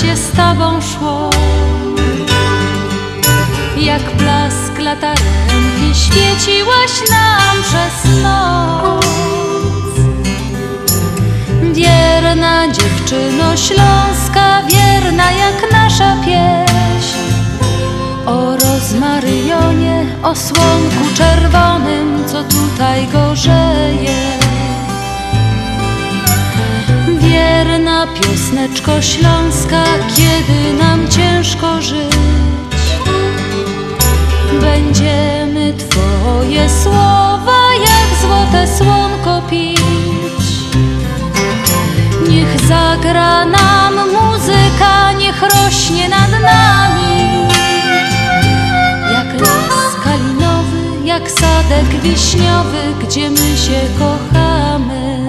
się z tobą szło. Jak blask latarenki świeciłaś nam przez noc. Wierna dziewczyno śląska, wierna jak nasza pieśń. O rozmaryjonie, o słonku czerwonym, co tutaj gorzeje. Wierna piosneczko śląska, kiedy nam ciężko żyć, będziemy twoje słowa jak złote słonko pić. Niech zagra nam muzyka, niech rośnie nad nami jak las kalinowy, jak sadek wiśniowy, gdzie my się kochamy.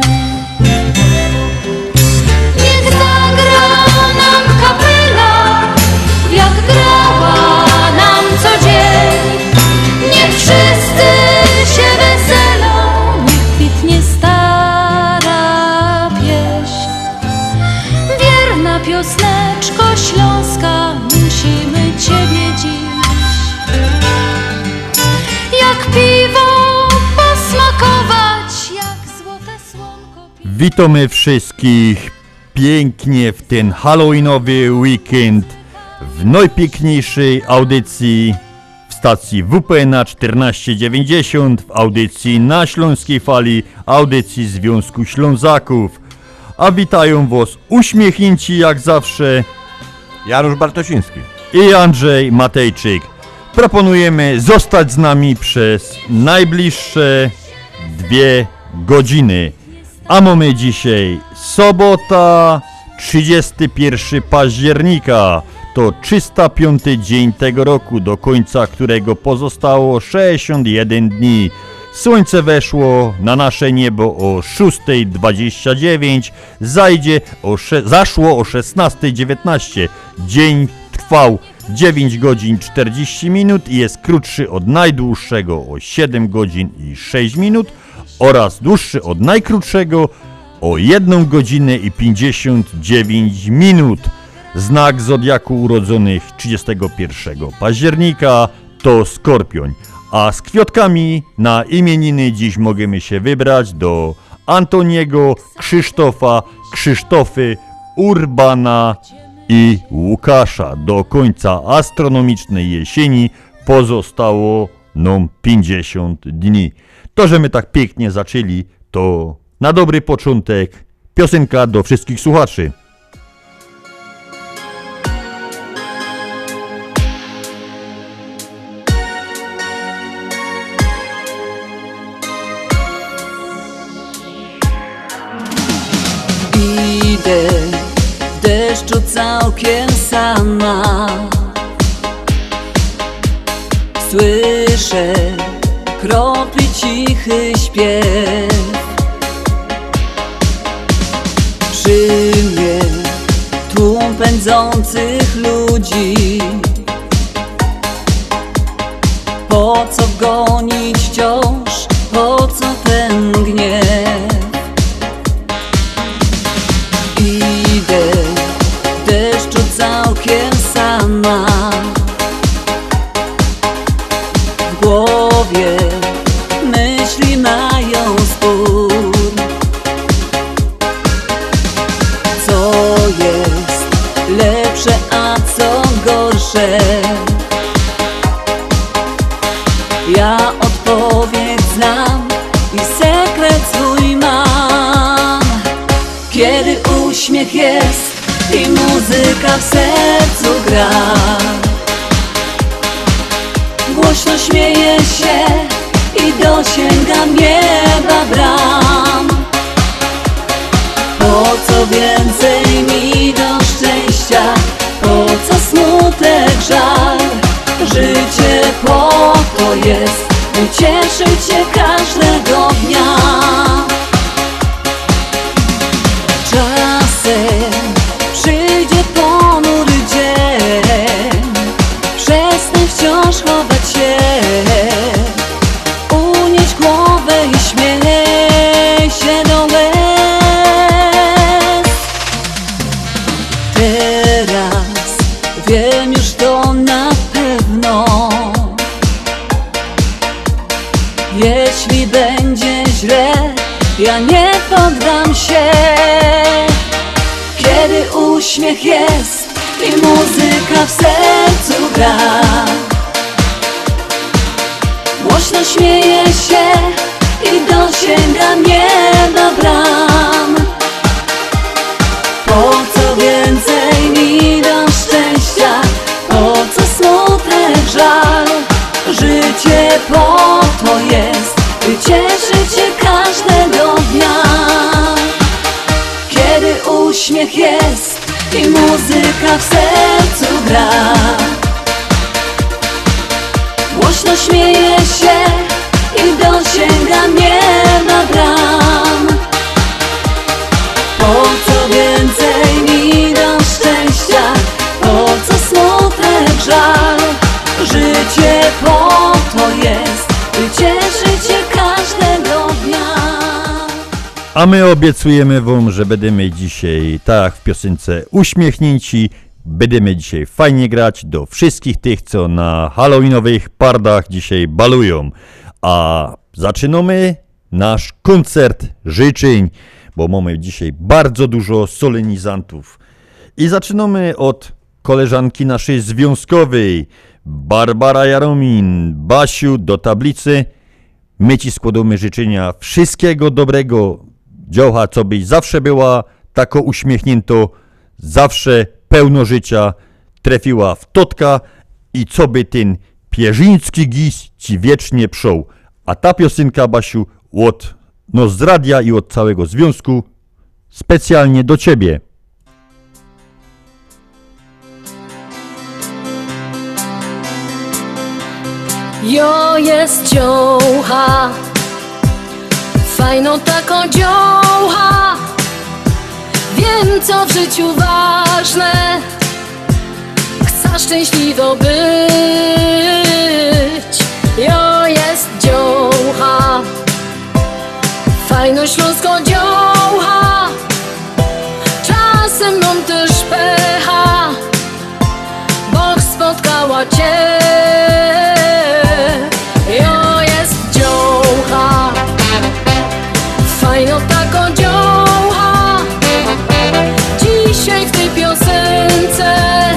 Niech zagra nam kapela, jak grała nam co dzień. Niech wszyscy się weselą, niech kwitnie stara pieśń. Wierna piosneczko śląska, musimy ciebie dziś jak piwo posmakować, jak złote słonko pić. Witamy wszystkich pięknie w ten halloweenowy weekend w najpiękniejszej audycji w stacji WPNA 1490, w audycji na Śląskiej Fali, audycji Związku Ślązaków. A witają was uśmiechnięci jak zawsze Janusz Bartosiński i Andrzej Matejczyk. Proponujemy zostać z nami przez najbliższe 2 godziny. A mamy dzisiaj sobota, 31 października. To 305 dzień tego roku, do końca którego pozostało 61 dni. Słońce weszło na nasze niebo o 6:29, zaszło o 16:19. Dzień trwał 9 godzin 40 minut i jest krótszy od najdłuższego o 7 godzin i 6 minut oraz dłuższy od najkrótszego o 1 godzinę i 59 minut. Znak zodiaku urodzonych 31 października to Skorpion. A z kwiatkami na imieniny dziś możemy się wybrać do Antoniego, Krzysztofa, Krzysztofy, Urbana i Łukasza. Do końca astronomicznej jesieni pozostało nam 50 dni. To, że my tak pięknie zaczęli, to na dobry początek piosenka do wszystkich słuchaczy. Idę w deszczu całkiem sama, słyszę kropli cichy śpiew. Przy mnie tłum pędzących ludzi. Po co gonić wciąż, po co ten gniew? Idę w deszczu całkiem sama, w głowie myśli mają spór. Co jest lepsze, a co gorsze? Ja odpowiedź znam i sekret swój mam. Kiedy uśmiech jest i muzyka w sercu gra, głośno śmieje się i dosięgam nieba bram. Po co więcej mi do szczęścia, po co smutek, żal? Życie po to jest, by cieszyć się każdego dnia. Czasem przyjdzie ponury dzień, przestań wciąż chować się, unieś głowę i śmiej się do łez. Teraz ja nie poddam się. Kiedy uśmiech jest i muzyka w sercu gra, głośno śmieje się i dosięga nieba bram. Po co więcej mi do szczęścia, po co smutek, żal? Życie po to jest, by cieszyć się każdego dnia. Kiedy uśmiech jest i muzyka w sercu gra, głośno śmieje się i dosięga nieba bram. Po co więcej mi do szczęścia, po co smutek, żal? Życie po to jest, by cieszyć się każdego dnia. A my obiecujemy wam, że będziemy dzisiaj, tak jak w piosence, uśmiechnięci. Będziemy dzisiaj fajnie grać do wszystkich tych, co na halloweenowych pardach dzisiaj balują. A zaczynamy nasz koncert życzeń, bo mamy dzisiaj bardzo dużo solenizantów. I zaczynamy od koleżanki naszej związkowej, Barbara Jaromin. Basiu, do tablicy. My ci składamy życzenia wszystkiego dobrego, dziołcha, co byś zawsze była tako uśmiechnięto, zawsze pełno życia, trafiła w totka i co by ten pierzyński gis ci wiecznie przął. A ta piosenka, Basiu, z radia i od całego związku specjalnie do ciebie. Jo jest dziołcha, fajną taką dziołcha. Wiem, co w życiu ważne, chcę szczęśliwo być. Jo jest dziołcha, fajną śląską dziołcha. Czasem mam też pecha, Bóg spotkała cię. Jo jest dziołcha, fajną taką dziołcha. Dzisiaj w tej piosence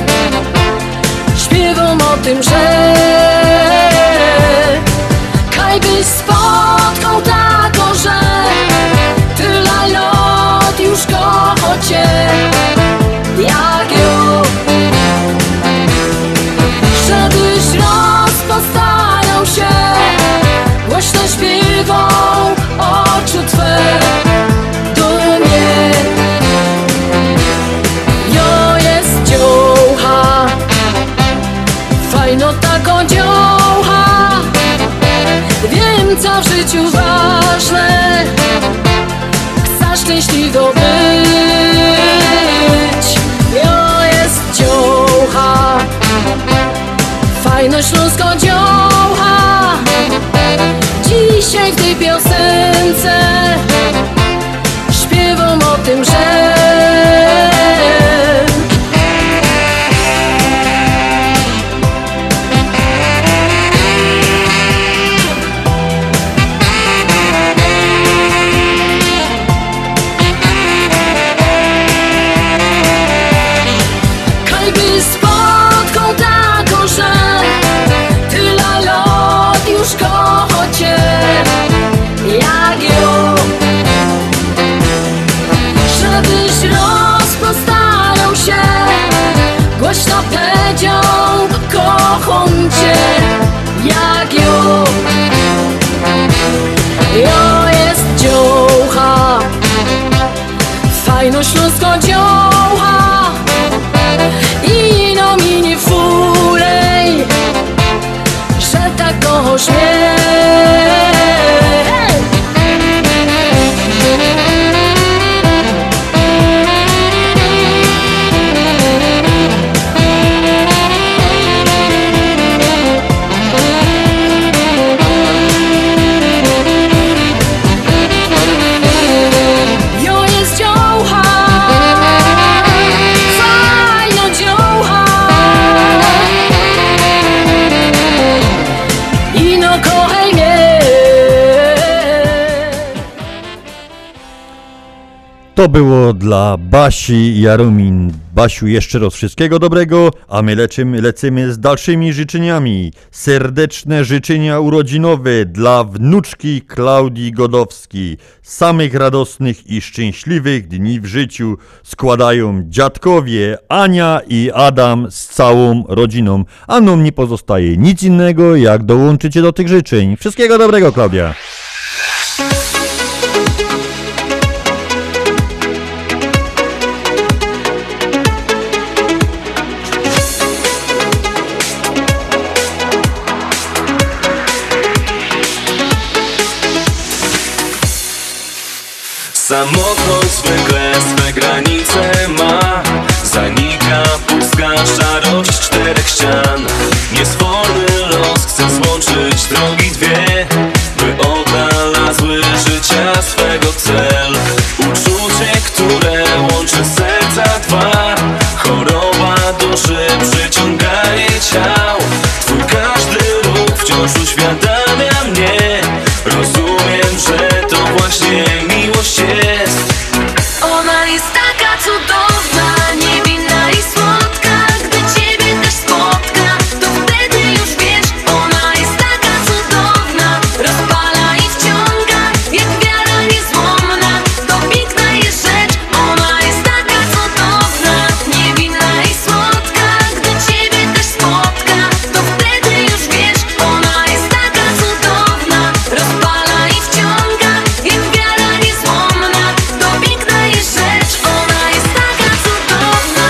śpiewam o tym, że kaj byś spotkał taką, że tyle lat już kocha cię jak ją, żebyś raz postarał się, głośno śpiewał oczu twe do mnie. Jo jest dziołcha, fajno ta To było dla Basi Jaromin. Basiu, jeszcze raz wszystkiego dobrego, a my lecimy z dalszymi życzeniami. Serdeczne życzenia urodzinowe dla wnuczki Klaudii Godowskiej. Samych radosnych i szczęśliwych dni w życiu składają dziadkowie Ania i Adam z całą rodziną. A nam nie pozostaje nic innego, jak dołączyć się do tych życzeń. Wszystkiego dobrego, Klaudia. Samotność zwykle swe granice ma. Zanika pustka szarość czterech ścian. Niesforny los chce złączyć drogi dwie, by odnalazły życia swego cel. Uczucie, które łączy serca dwa. Choroba duszy, przyciąganie ciał. Twój każdy ruch wciąż uświadamia mnie. Rozumiem, że to właśnie miłość jest. Ona jest taka cudowna, niewinna i słodka. Gdy ciebie też spotka, to wtedy już wiesz. Ona jest taka cudowna, rozpala i wciąga, jak wiara niezłomna. To piękna jest rzecz. Ona jest taka cudowna, niewinna i słodka. Gdy ciebie też spotka, to wtedy już wiesz. Ona jest taka cudowna, rozpala i wciąga, jak wiara niezłomna. To piękna jest rzecz. Ona jest taka cudowna.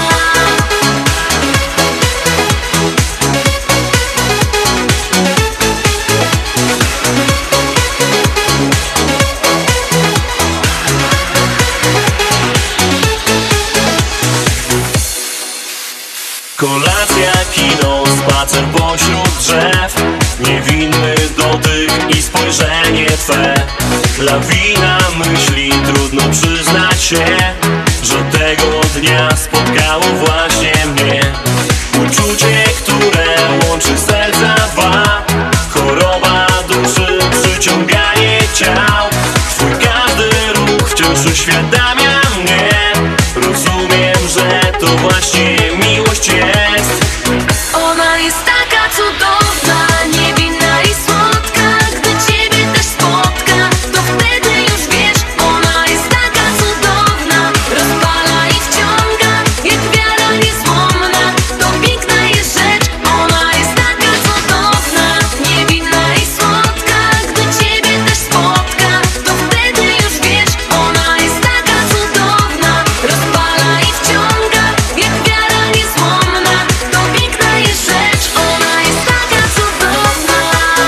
Kolacja, kino, spacer pośród drzew. Niewinny dotyk i spojrzenie twe. Lawina myśli, trudno przyznać się, że tego dnia spotkało właśnie mnie. Uczucie, które łączy serca dwa. Choroba duszy, przyciąganie ciał. Twój każdy ruch wciąż uświadamia mnie. Rozumiem, że to właśnie miłość jest. Ona jest taka cudowna, niewinna i słodka. Gdy ciebie też spotka, to wtedy już wiesz. Ona jest taka cudowna, rozpala i wciąga, jak wiara niezłomna. To piękna jest rzecz. Ona jest taka cudowna, niewinna i słodka. Gdy ciebie też spotka, to wtedy już wiesz. Ona jest taka cudowna, rozpala i wciąga, jak wiara niezłomna. To piękna jest rzecz. Ona jest taka cudowna.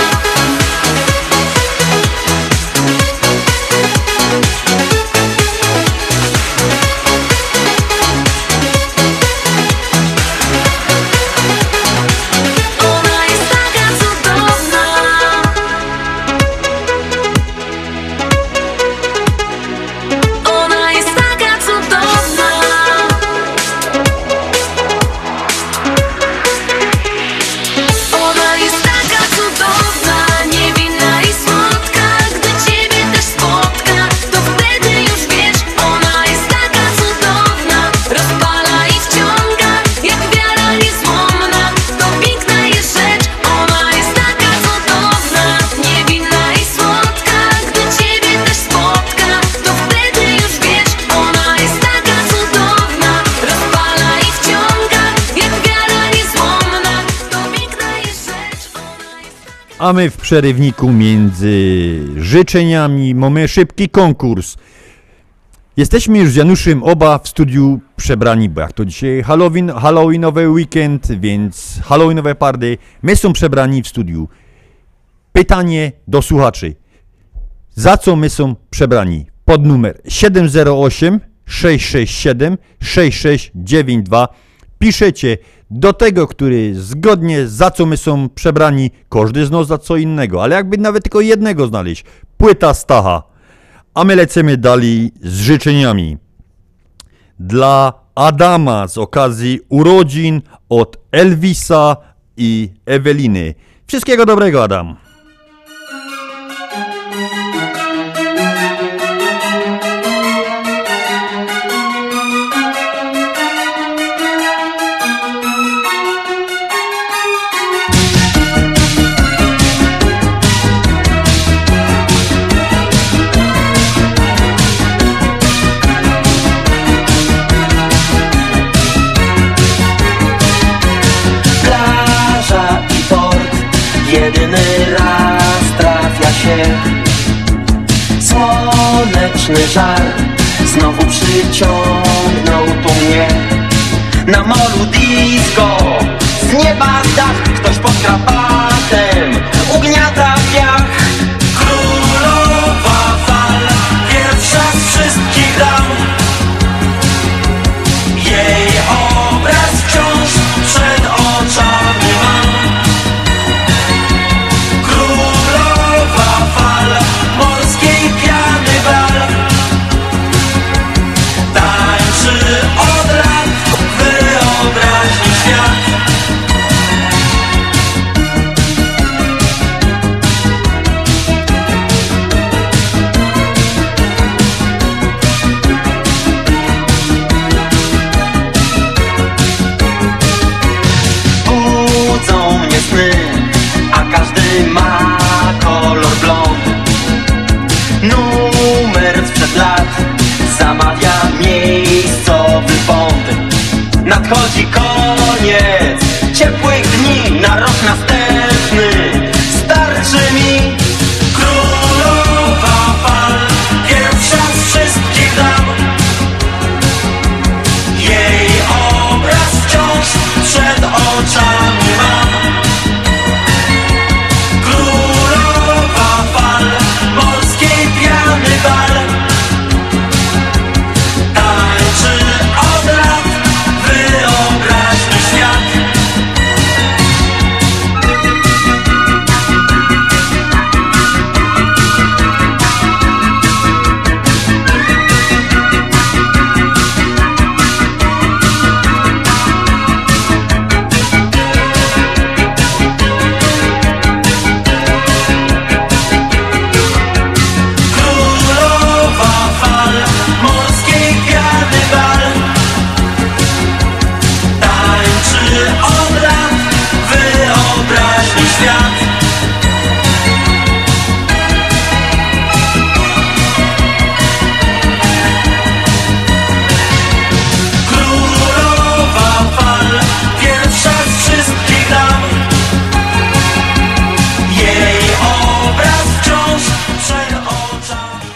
Ona jest taka cudowna. Ona jest taka cudowna. Ona jest taka cudowna, niewinna i słodka. Gdy ciebie też spotka, to wtedy już wiesz. Ona jest taka cudowna, rozpala i wciąga, jak wiara niezłomna. To piękna jest rzecz. Ona jest taka cudowna, niewinna i słodka. Gdy ciebie też spotka, to wtedy już wiesz. Ona jest taka cudowna, rozpala i wciąga, jak wiara niezłomna. To piękna jest rzecz. Ona jest taka. A my w przerywniku między życzeniami mamy szybki konkurs. Jesteśmy już z Januszem oba w studiu przebrani, bo jak to dzisiaj Halloweenowy weekend, więc Halloweenowe party. My są przebrani w studiu. Pytanie do słuchaczy. Za co my są przebrani? Pod numer 708 667 6692 piszecie do tego, który zgodnie za co my są przebrani, każdy z nas za co innego, ale jakby nawet tylko jednego znaleźć, płyta Stacha. A my lecimy dalej z życzeniami. Dla Adama z okazji urodzin od Elvisa i Eweliny. Wszystkiego dobrego, Adam. mroczny żar znowu przyciągnął tu mnie. Na molu disco, z nieba dach, ktoś pod krawatem ugniata piach. Królowa fal, pierwsza z wszystkich dam. Jej obraz wciąż przed oczami mam. Królowa fal, morskiej piany bal. Tańczy od lat wyobraźni świat. Budzą mnie sny, a każdy ma kolor blond. Numer sprzed lat zamawia miejscowy bond. Nadchodzi koniec ciepłych dni, na rok następny starczy mi. Królowa fal, pierwsza z wszystkich dam. Jej obraz wciąż przed oczami mam. Królowa fal, morskiej piany bal. Tańczy od lat wyobraźni świat. Królowa fal, morskiej piany bal. Tańczy od lat wyobraźni świat. Królowa fal, pierwsza z wszystkich dam. Jej obraz wciąż przed oczami.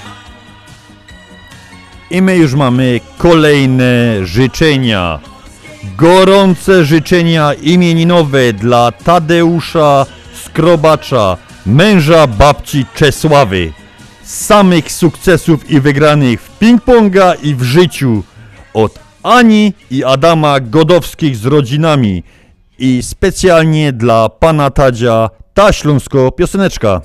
I my już mamy kolejne życzenia. Gorące życzenia imieninowe dla Tadeusza Skrobacza, męża babci Czesławy. Samych sukcesów i wygranych w ping-ponga i w życiu. Od Ani i Adama Godowskich z rodzinami. I specjalnie dla pana Tadzia ta śląsko pioseneczka.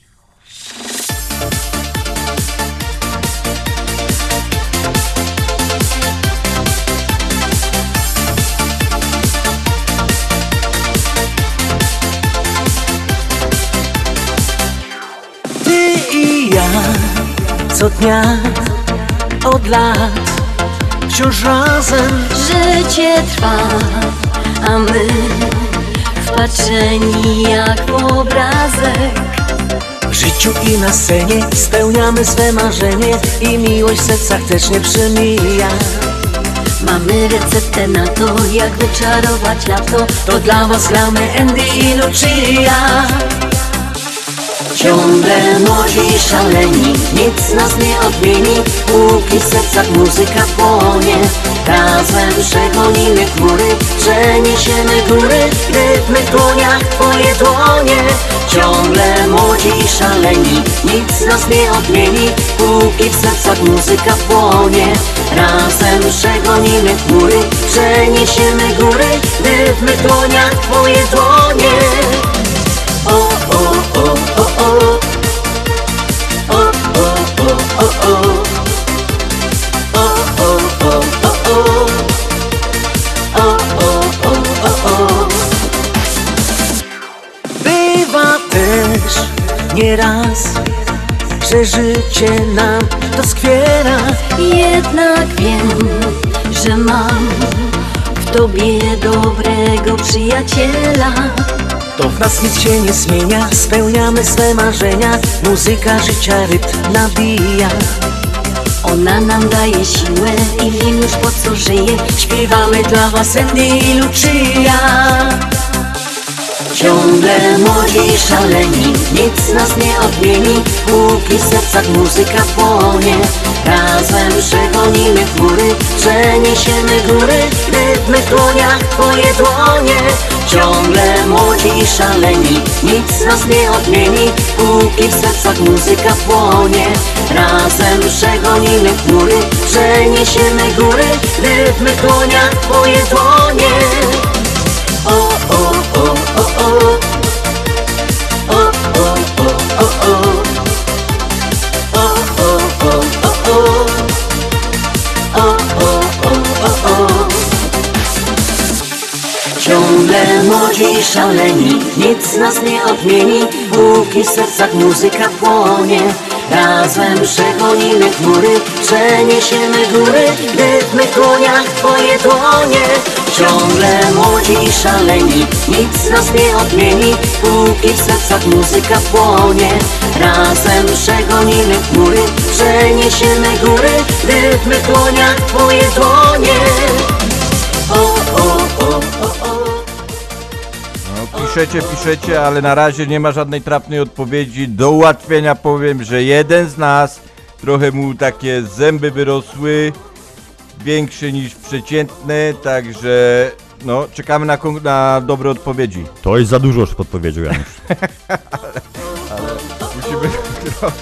Ty i ja co dnia od lat wciąż razem. Życie trwa, a my wpatrzeni jak w obrazek. W życiu i na scenie spełniamy swe marzenie i miłość w sercach też nie przemija. Mamy receptę na to, jak wyczarować lato. To dla was gramy Andy i Lucia. Ciągle młodzi i szaleni, nic nas nie odmieni, póki w sercach muzyka płonie. Razem przegonimy chmury, przeniesiemy góry, gdy w mych dłoniach twoje dłonie. Ciągle młodzi i szaleni, nic nas nie odmieni, póki w sercach muzyka płonie. Razem przegonimy chmury, przeniesiemy góry, gdy w mych dłoniach twoje dłonie. O, o, o, o, o. O, o, o, o, o. O, o, o, o, o. O, o, o, o. Bywa też nieraz, że życie nam doskwiera. Jednak wiem, że mam w tobie dobrego przyjaciela. To w nas nic się nie zmienia, spełniamy swe marzenia. Muzyka życia rytm nabija. Ona nam daje siłę i wiem już po co żyje. Śpiewamy dla was Andy i Lucia. Ciągle młodzi i szaleni, nic nas nie odmieni, póki w sercach muzyka płonie. Razem przegonimy chmury, przeniesiemy góry, rytmy w dłoniach twoje dłonie. Ciągle młodzi i szaleni, nic nas nie odmieni, póki w sercach muzyka płonie. Razem przegonimy chmury, przeniesiemy góry, rytmy w dłoniach twoje dłonie. O, o, o, o, o. O, o, o, o, o. O, o, o, o, o. O, o, o, o, o. Ciągle młodzi i szaleni, nic nas nie odmieni, póki w sercach muzyka płonie. Razem przegonimy chmury, przeniesiemy góry, rytmy w dłoniach twoje dłonie. Ciągle młodzi i szaleni, nic nas nie odmieni, póki w sercach muzyka płonie. Razem przegonimy chmury, przeniesiemy góry, rytmy w dłoniach twoje dłonie. O, o, o, o, o. No, piszecie, ale na razie nie ma żadnej trafnej odpowiedzi. Do ułatwienia powiem, że jeden z nas, trochę mu takie zęby wyrosły, większe niż przeciętne, także no, czekamy na dobre odpowiedzi. To jest za dużo już podpowiedział Janusz. ale musimy trochę...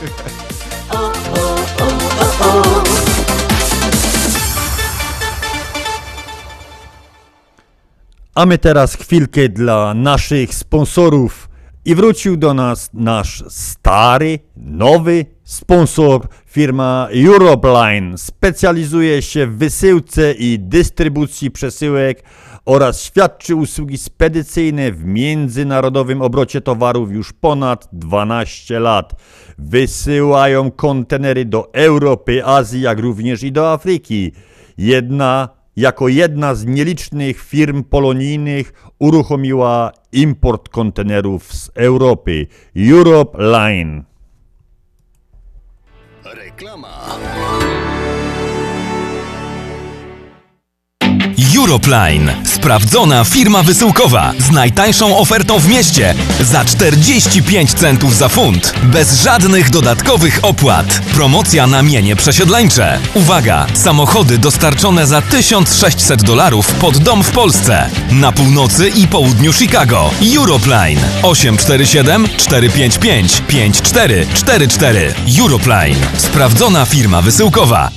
A my teraz chwilkę dla naszych sponsorów. I wrócił do nas nasz stary, nowy sponsor, firma Europeline. Specjalizuje się w wysyłce i dystrybucji przesyłek oraz świadczy usługi spedycyjne w międzynarodowym obrocie towarów już ponad 12 lat. Wysyłają kontenery do Europy, Azji, jak również i do Afryki. Jako jedna z nielicznych firm polonijnych uruchomiła import kontenerów z Europy. Europeline. Reklama. Europeline. Sprawdzona firma wysyłkowa z najtańszą ofertą w mieście za 45 centów za funt. Bez żadnych dodatkowych opłat. Promocja na mienie przesiedleńcze. Uwaga! Samochody dostarczone za $1600 pod dom w Polsce. Na północy i południu Chicago. Europeline. 847 455 5444. Europeline. Sprawdzona firma wysyłkowa.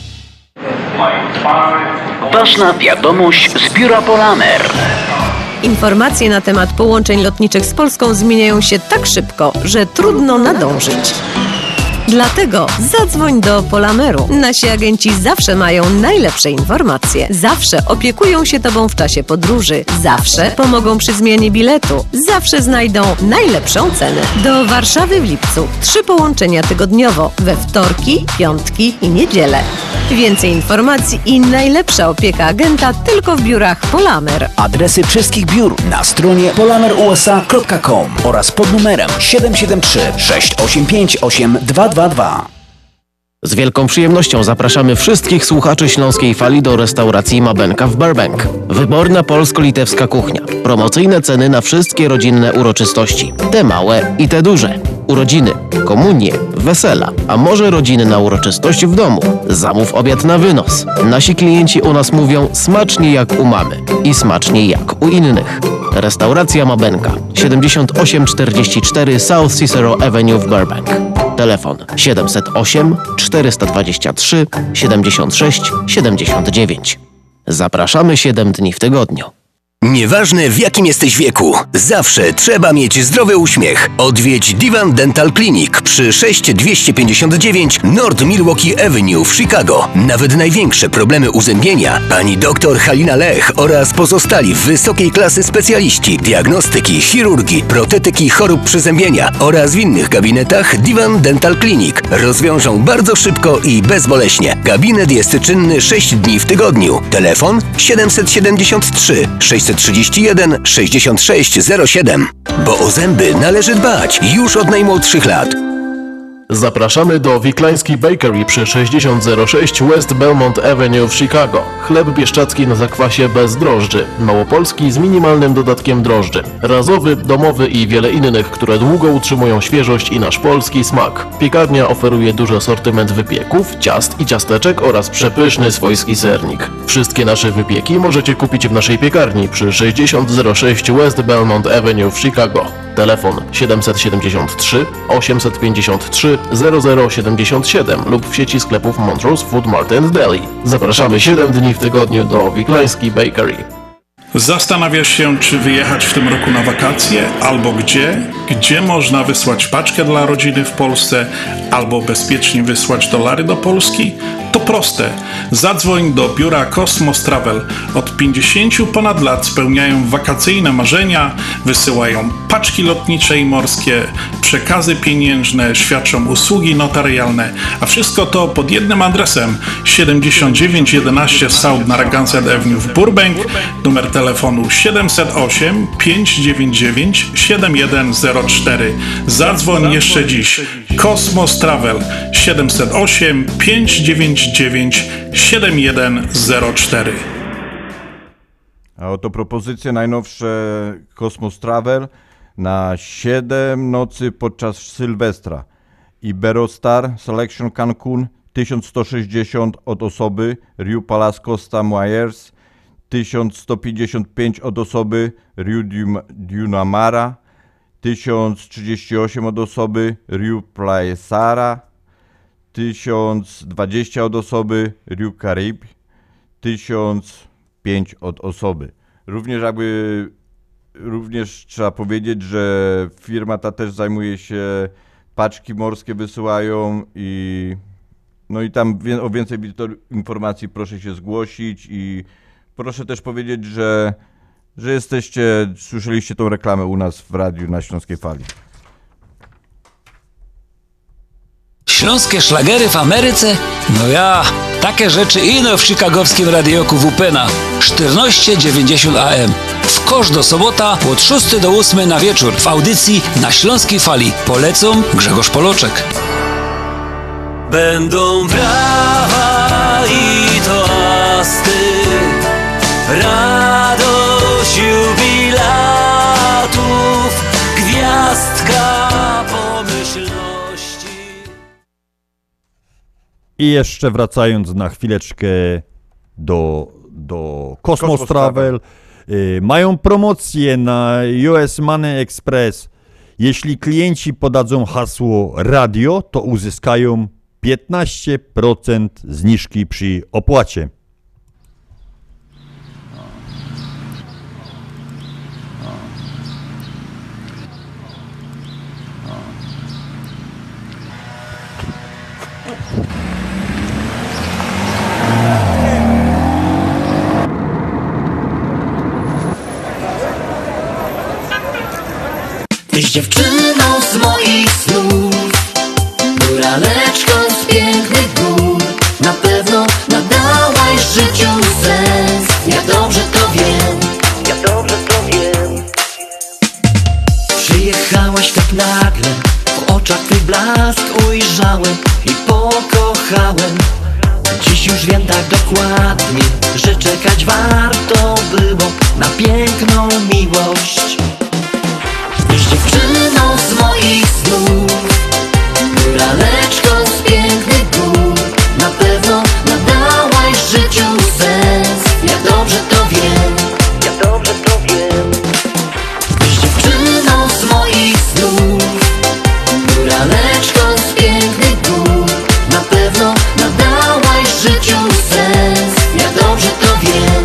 Ważna wiadomość z biura Polamer. Informacje na temat połączeń lotniczych z Polską zmieniają się tak szybko, że trudno nadążyć. Dlatego zadzwoń do Polameru. Nasi agenci zawsze mają najlepsze informacje. Zawsze opiekują się Tobą w czasie podróży. Zawsze pomogą przy zmianie biletu. Zawsze znajdą najlepszą cenę. Do Warszawy w lipcu 3 połączenia tygodniowo. We wtorki, piątki i niedzielę. Więcej informacji i najlepsza opieka agenta tylko w biurach Polamer. Adresy wszystkich biur na stronie polamerusa.com oraz pod numerem 773 685 8222. Z wielką przyjemnością zapraszamy wszystkich słuchaczy Śląskiej Fali do restauracji Mabenka w Burbank. Wyborna polsko-litewska kuchnia. Promocyjne ceny na wszystkie rodzinne uroczystości. Te małe i te duże. Urodziny, komunie, wesela, a może rodziny na uroczystość w domu. Zamów obiad na wynos. Nasi klienci u nas mówią smacznie jak u mamy i smacznie jak u innych. Restauracja Mabenka, 7844 South Cicero Avenue w Burbank. Telefon 708 423 76 79. Zapraszamy 7 dni w tygodniu. Nieważne w jakim jesteś wieku, zawsze trzeba mieć zdrowy uśmiech. Odwiedź Divan Dental Clinic przy 6259 North Milwaukee Avenue w Chicago. Nawet największe problemy uzębienia pani dr Halina Lech oraz pozostali wysokiej klasy specjaliści diagnostyki, chirurgii, protetyki chorób przyzębienia oraz w innych gabinetach Divan Dental Clinic rozwiążą bardzo szybko i bezboleśnie. Gabinet jest czynny 6 dni w tygodniu. Telefon 773 631 6607. Bo o zęby należy dbać już od najmłodszych lat. Zapraszamy do Wiklański Bakery przy 6006 West Belmont Avenue w Chicago. Chleb bieszczacki na zakwasie bez drożdży, małopolski z minimalnym dodatkiem drożdży, razowy, domowy i wiele innych, które długo utrzymują świeżość i nasz polski smak. Piekarnia oferuje duży asortyment wypieków, ciast i ciasteczek oraz przepyszny swojski sernik. Wszystkie nasze wypieki możecie kupić w naszej piekarni przy 6006 West Belmont Avenue w Chicago. Telefon 773 853 0077 lub w sieci sklepów Montrose Food Mart and Deli. Zapraszamy 7 dni w tygodniu do Wiklański Bakery. Zastanawiasz się, czy wyjechać w tym roku na wakacje, albo gdzie? Gdzie można wysłać paczkę dla rodziny w Polsce, albo bezpiecznie wysłać dolary do Polski? To proste. Zadzwoń do biura Cosmos Travel. Od 50 ponad lat spełniają wakacyjne marzenia, wysyłają paczki lotnicze i morskie, przekazy pieniężne, świadczą usługi notarialne, a wszystko to pod jednym adresem 7911 South Narragansett Avenue w Burbank, numer telefonu 708 599 7104. Zadzwoń jeszcze dziś. Cosmos Travel 708 599 7104. A oto propozycje najnowsze Cosmos Travel na 7 nocy podczas Sylwestra. Iberostar Selection Cancun 1160 od osoby, Riu Palace Costa Mujeres 1155 od osoby, Riu Dunamara 1038 od osoby, Riu Playa Sara 1020 od osoby, Riu Carib 1005 od osoby. Również trzeba powiedzieć, że firma ta też zajmuje się, paczki morskie wysyłają i no i tam o więcej informacji proszę się zgłosić i proszę też powiedzieć, że słyszeliście tą reklamę u nas w radiu na Śląskiej Fali. Śląskie szlagery w Ameryce? No ja, takie rzeczy ino w chicagowskim radioku WPNA 1490 AM. W kosz do sobota od 6 do 8 na wieczór w audycji na Śląskiej Fali. Polecą Grzegorz Poloczek. Będą brawa i toasty, radość jubilatów, gwiazdka pomyślności. I jeszcze wracając na chwileczkę do Cosmos Travel, mają promocję na US Money Express. Jeśli klienci podadzą hasło radio, to uzyskają 15% zniżki przy opłacie. Tyś dziewczyną z moich snów, góraleczką z pięknych gór. Na pewno nadałaś życiu sens. Ja dobrze to wiem, Przyjechałaś tak nagle, w oczach twój blask ujrzałem i pokochałem. Dziś już wiem tak dokładnie, że czekać warto było na piękną miłość. Tyś dziewczyną z moich snów, góraleczką z pięknych gór. Na pewno nadałaś życiu sens. Ja dobrze to wiem, Tyś dziewczyną z moich snów, góraleczką z pięknych gór. Na pewno nadałaś życiu sens. Ja dobrze to wiem,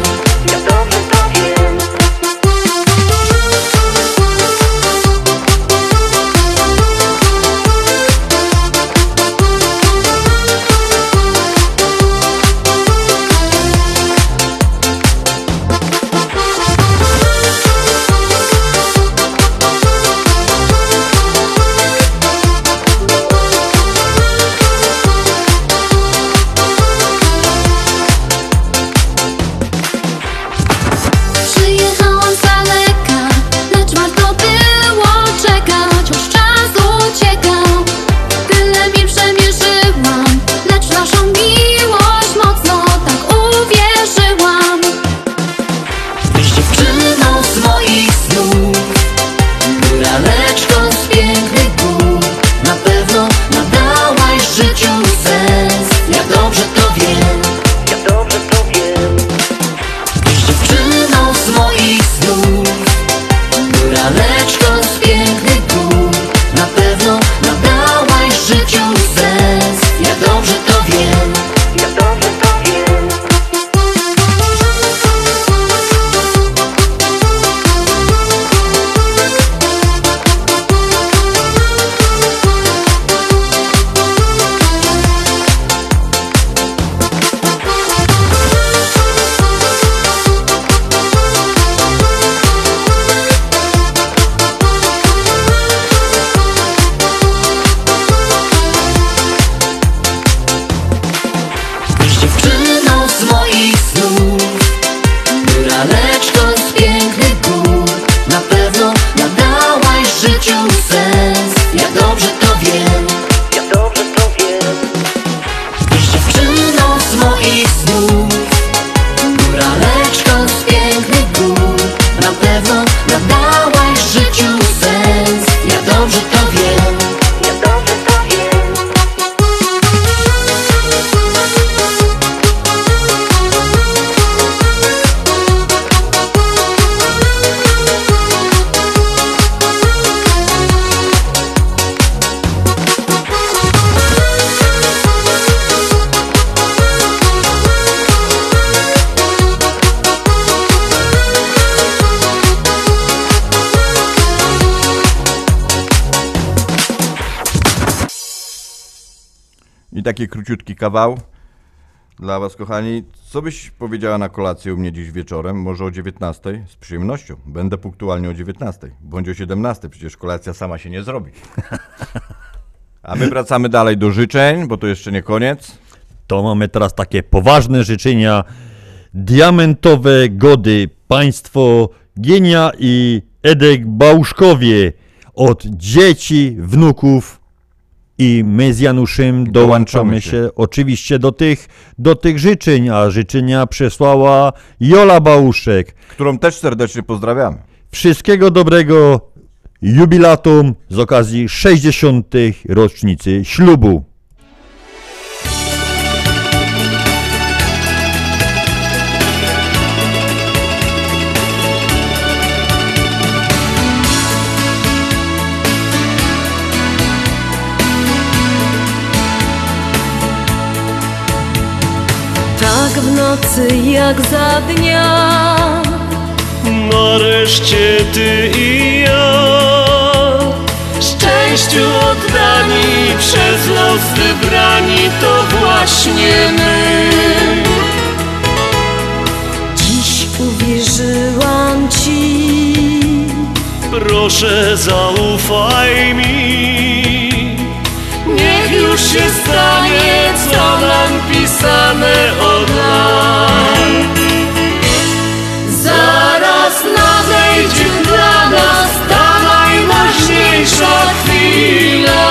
moich snów. Góraleczko z pięknych gór, na pewno nadałaś życiu sens. Ja dobrze to wiem, ja dobrze to wiem. Tyś dziewczyno z moich snów. Góraleczko z pięknych gór, na pewno nadałaś życiu sens. Ja dobrze to wiem, ja dobrze to wiem. I taki króciutki kawał dla was, kochani. Co byś powiedziała na kolację u mnie dziś wieczorem? Może o 19:00? Z przyjemnością. Będę punktualnie o 19:00. Bądź o 17:00, przecież kolacja sama się nie zrobi. A my wracamy dalej do życzeń, bo to jeszcze nie koniec. To mamy teraz takie poważne życzenia. Diamentowe gody państwo Gienia i Edek Bałuszkowie od dzieci, wnuków. I my z Januszem dołączamy się oczywiście do tych życzeń, a życzenia przesłała Jola Bałuszek, którą też serdecznie pozdrawiamy. Wszystkiego dobrego jubilatum z okazji 60. rocznicy ślubu. Tak w nocy jak za dnia, nareszcie ty i ja, szczęściu oddani, przez los wybrani, to właśnie my. dziś uwierzyłam ci, Proszę zaufaj mi, niech już się stanie, co nam pisane od lat. zaraz nadejdzie dla nas ta najważniejsza chwila,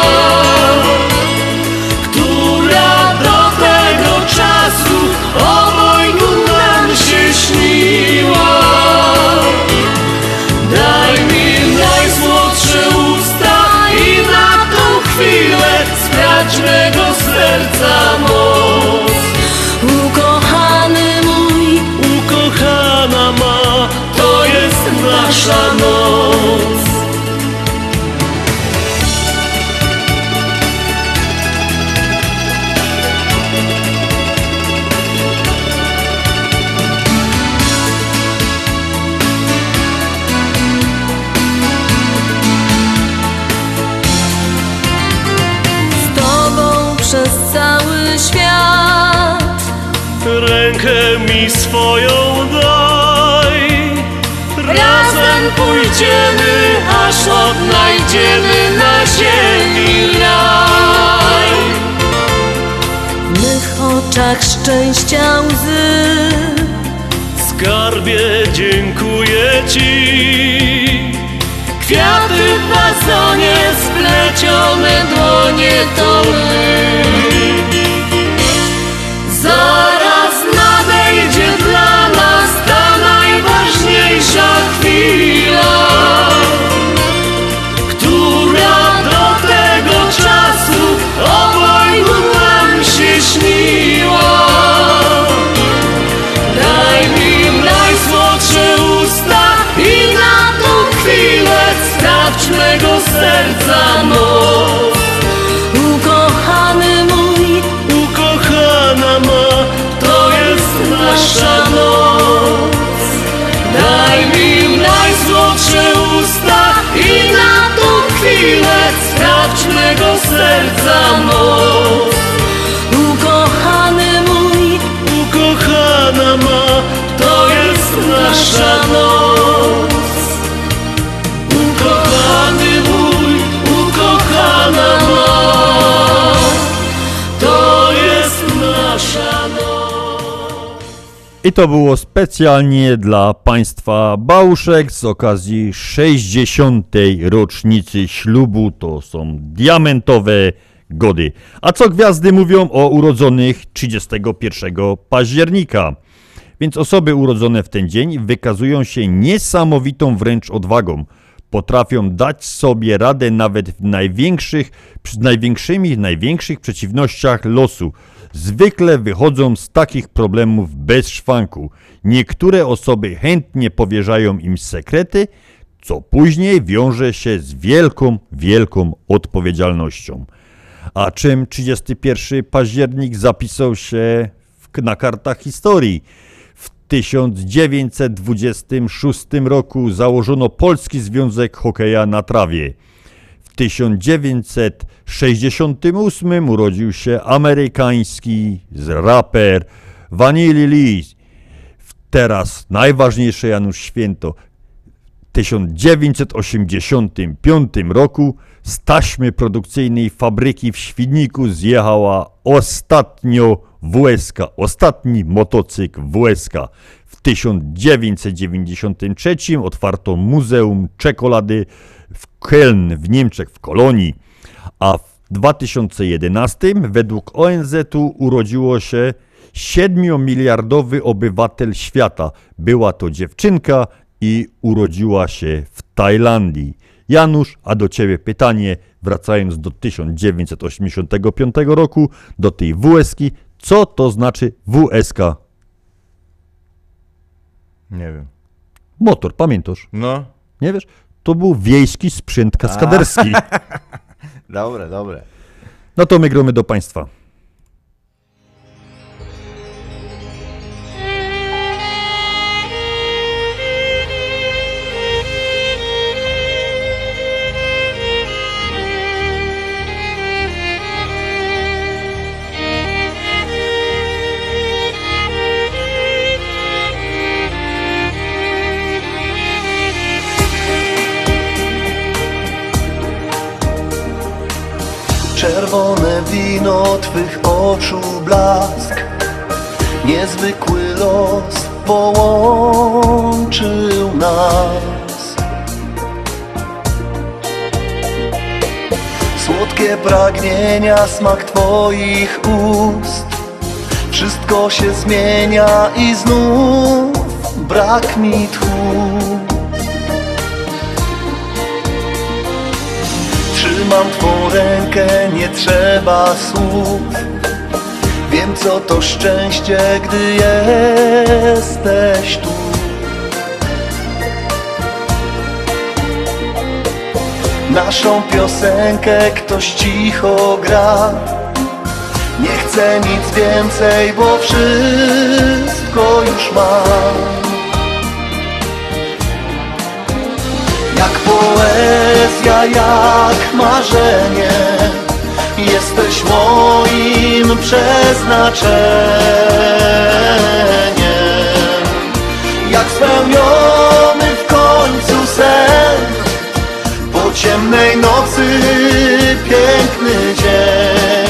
która do tego czasu obojgu nam się śniła. Daj mi najsłodsze usta i na tą chwilę sprać mego serca moc. Ukochany mój, Ukochana ma, to jest nasza noc. Z tobą przez cały świat rękę mi swoją daj. razem pójdziemy, aż odnajdziemy na ziemi raj. W mych oczach szczęścia łzy, Skarbie, dziękuję ci. kwiaty w wazonie, splecione dłonie to my. Zaraz nadejdzie dla nas ta najważniejsza chwila, która do tego czasu obojgu nam się śniła. Daj mi najsłodsze usta i na tą chwilę sprawdź mego serca moc. Ukochany mój, Ukochana ma, to jest nasza noc. Daj mi najsłodsze usta i na tą chwilę sprawdź mego serca moc. Ukochany mój, Ukochana ma, to jest nasza noc. Ukochany mój, ukochana ma, to jest nasza noc. I to było specjalnie dla Państwa Bałuszek z okazji 60. rocznicy ślubu. To są diamentowe gody. A co gwiazdy mówią o urodzonych 31 października? Więc osoby urodzone w ten dzień wykazują się niesamowitą wręcz odwagą. Potrafią dać sobie radę nawet w największych przeciwnościach losu. Zwykle wychodzą z takich problemów bez szwanku. Niektóre osoby chętnie powierzają im sekrety, co później wiąże się z wielką odpowiedzialnością. A czym 31 październik zapisał się na kartach historii? W 1926 roku założono Polski Związek Hokeja na Trawie. W 1968 urodził się amerykański raper Vanilla Lee. Teraz najważniejsze Janusz Święto. W 1985 roku z taśmy produkcyjnej fabryki w Świdniku zjechała ostatni motocykl WSK. W 1993 otwarto Muzeum Czekolady w Köln w Niemczech, w Kolonii, a w 2011 według ONZ-u urodziło się 7-miliardowy obywatel świata. Była to dziewczynka i urodziła się w Tajlandii. Janusz, a do Ciebie pytanie, wracając do 1985 roku, do tej WSK-i, co to znaczy WSK? Nie wiem. Motor, pamiętasz? No. Nie wiesz? To był wiejski sprzęt kaskaderski. Dobre. No to my gromy do Państwa. Czerwone wino Twych oczu blask, niezwykły los połączył nas. Słodkie pragnienia, smak Twoich ust, wszystko się zmienia i znów brak mi tchu. Trzymam Twą rękę, nie trzeba słów. Wiem, co to szczęście, gdy jesteś tu. Naszą piosenkę ktoś cicho gra. Nie chcę nic więcej, bo wszystko już mam. Jak poezja, jak marzenie, jesteś moim przeznaczeniem. Jak spełniony w końcu sen, po ciemnej nocy piękny dzień.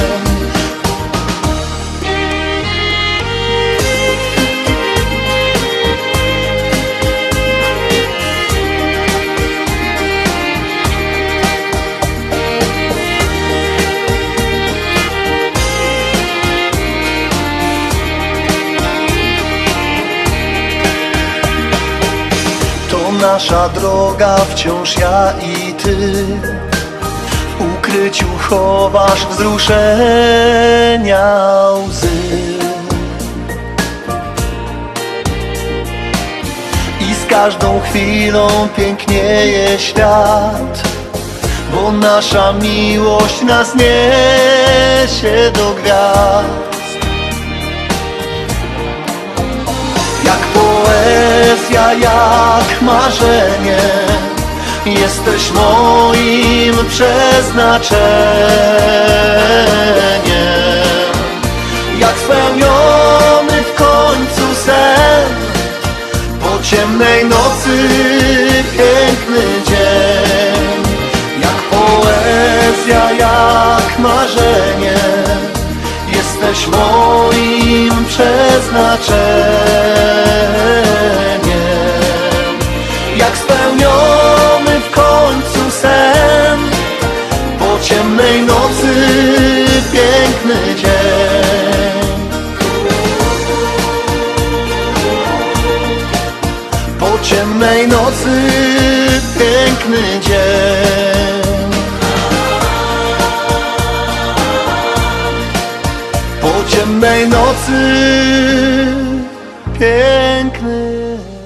Nasza droga, wciąż ja i Ty. W ukryciu chowasz wzruszenia łzy. I z każdą chwilą pięknieje świat, bo nasza miłość nas niesie do gwiazd. Jak poezja, jak marzenie, jesteś moim przeznaczeniem. Jak spełniony w końcu sen, po ciemnej nocy piękny dzień. Jak poezja, jak marzenie, jesteś moim przeznaczeniem. piękny dzień. Po ciemnej nocy piękny dzień. Po ciemnej nocy piękny.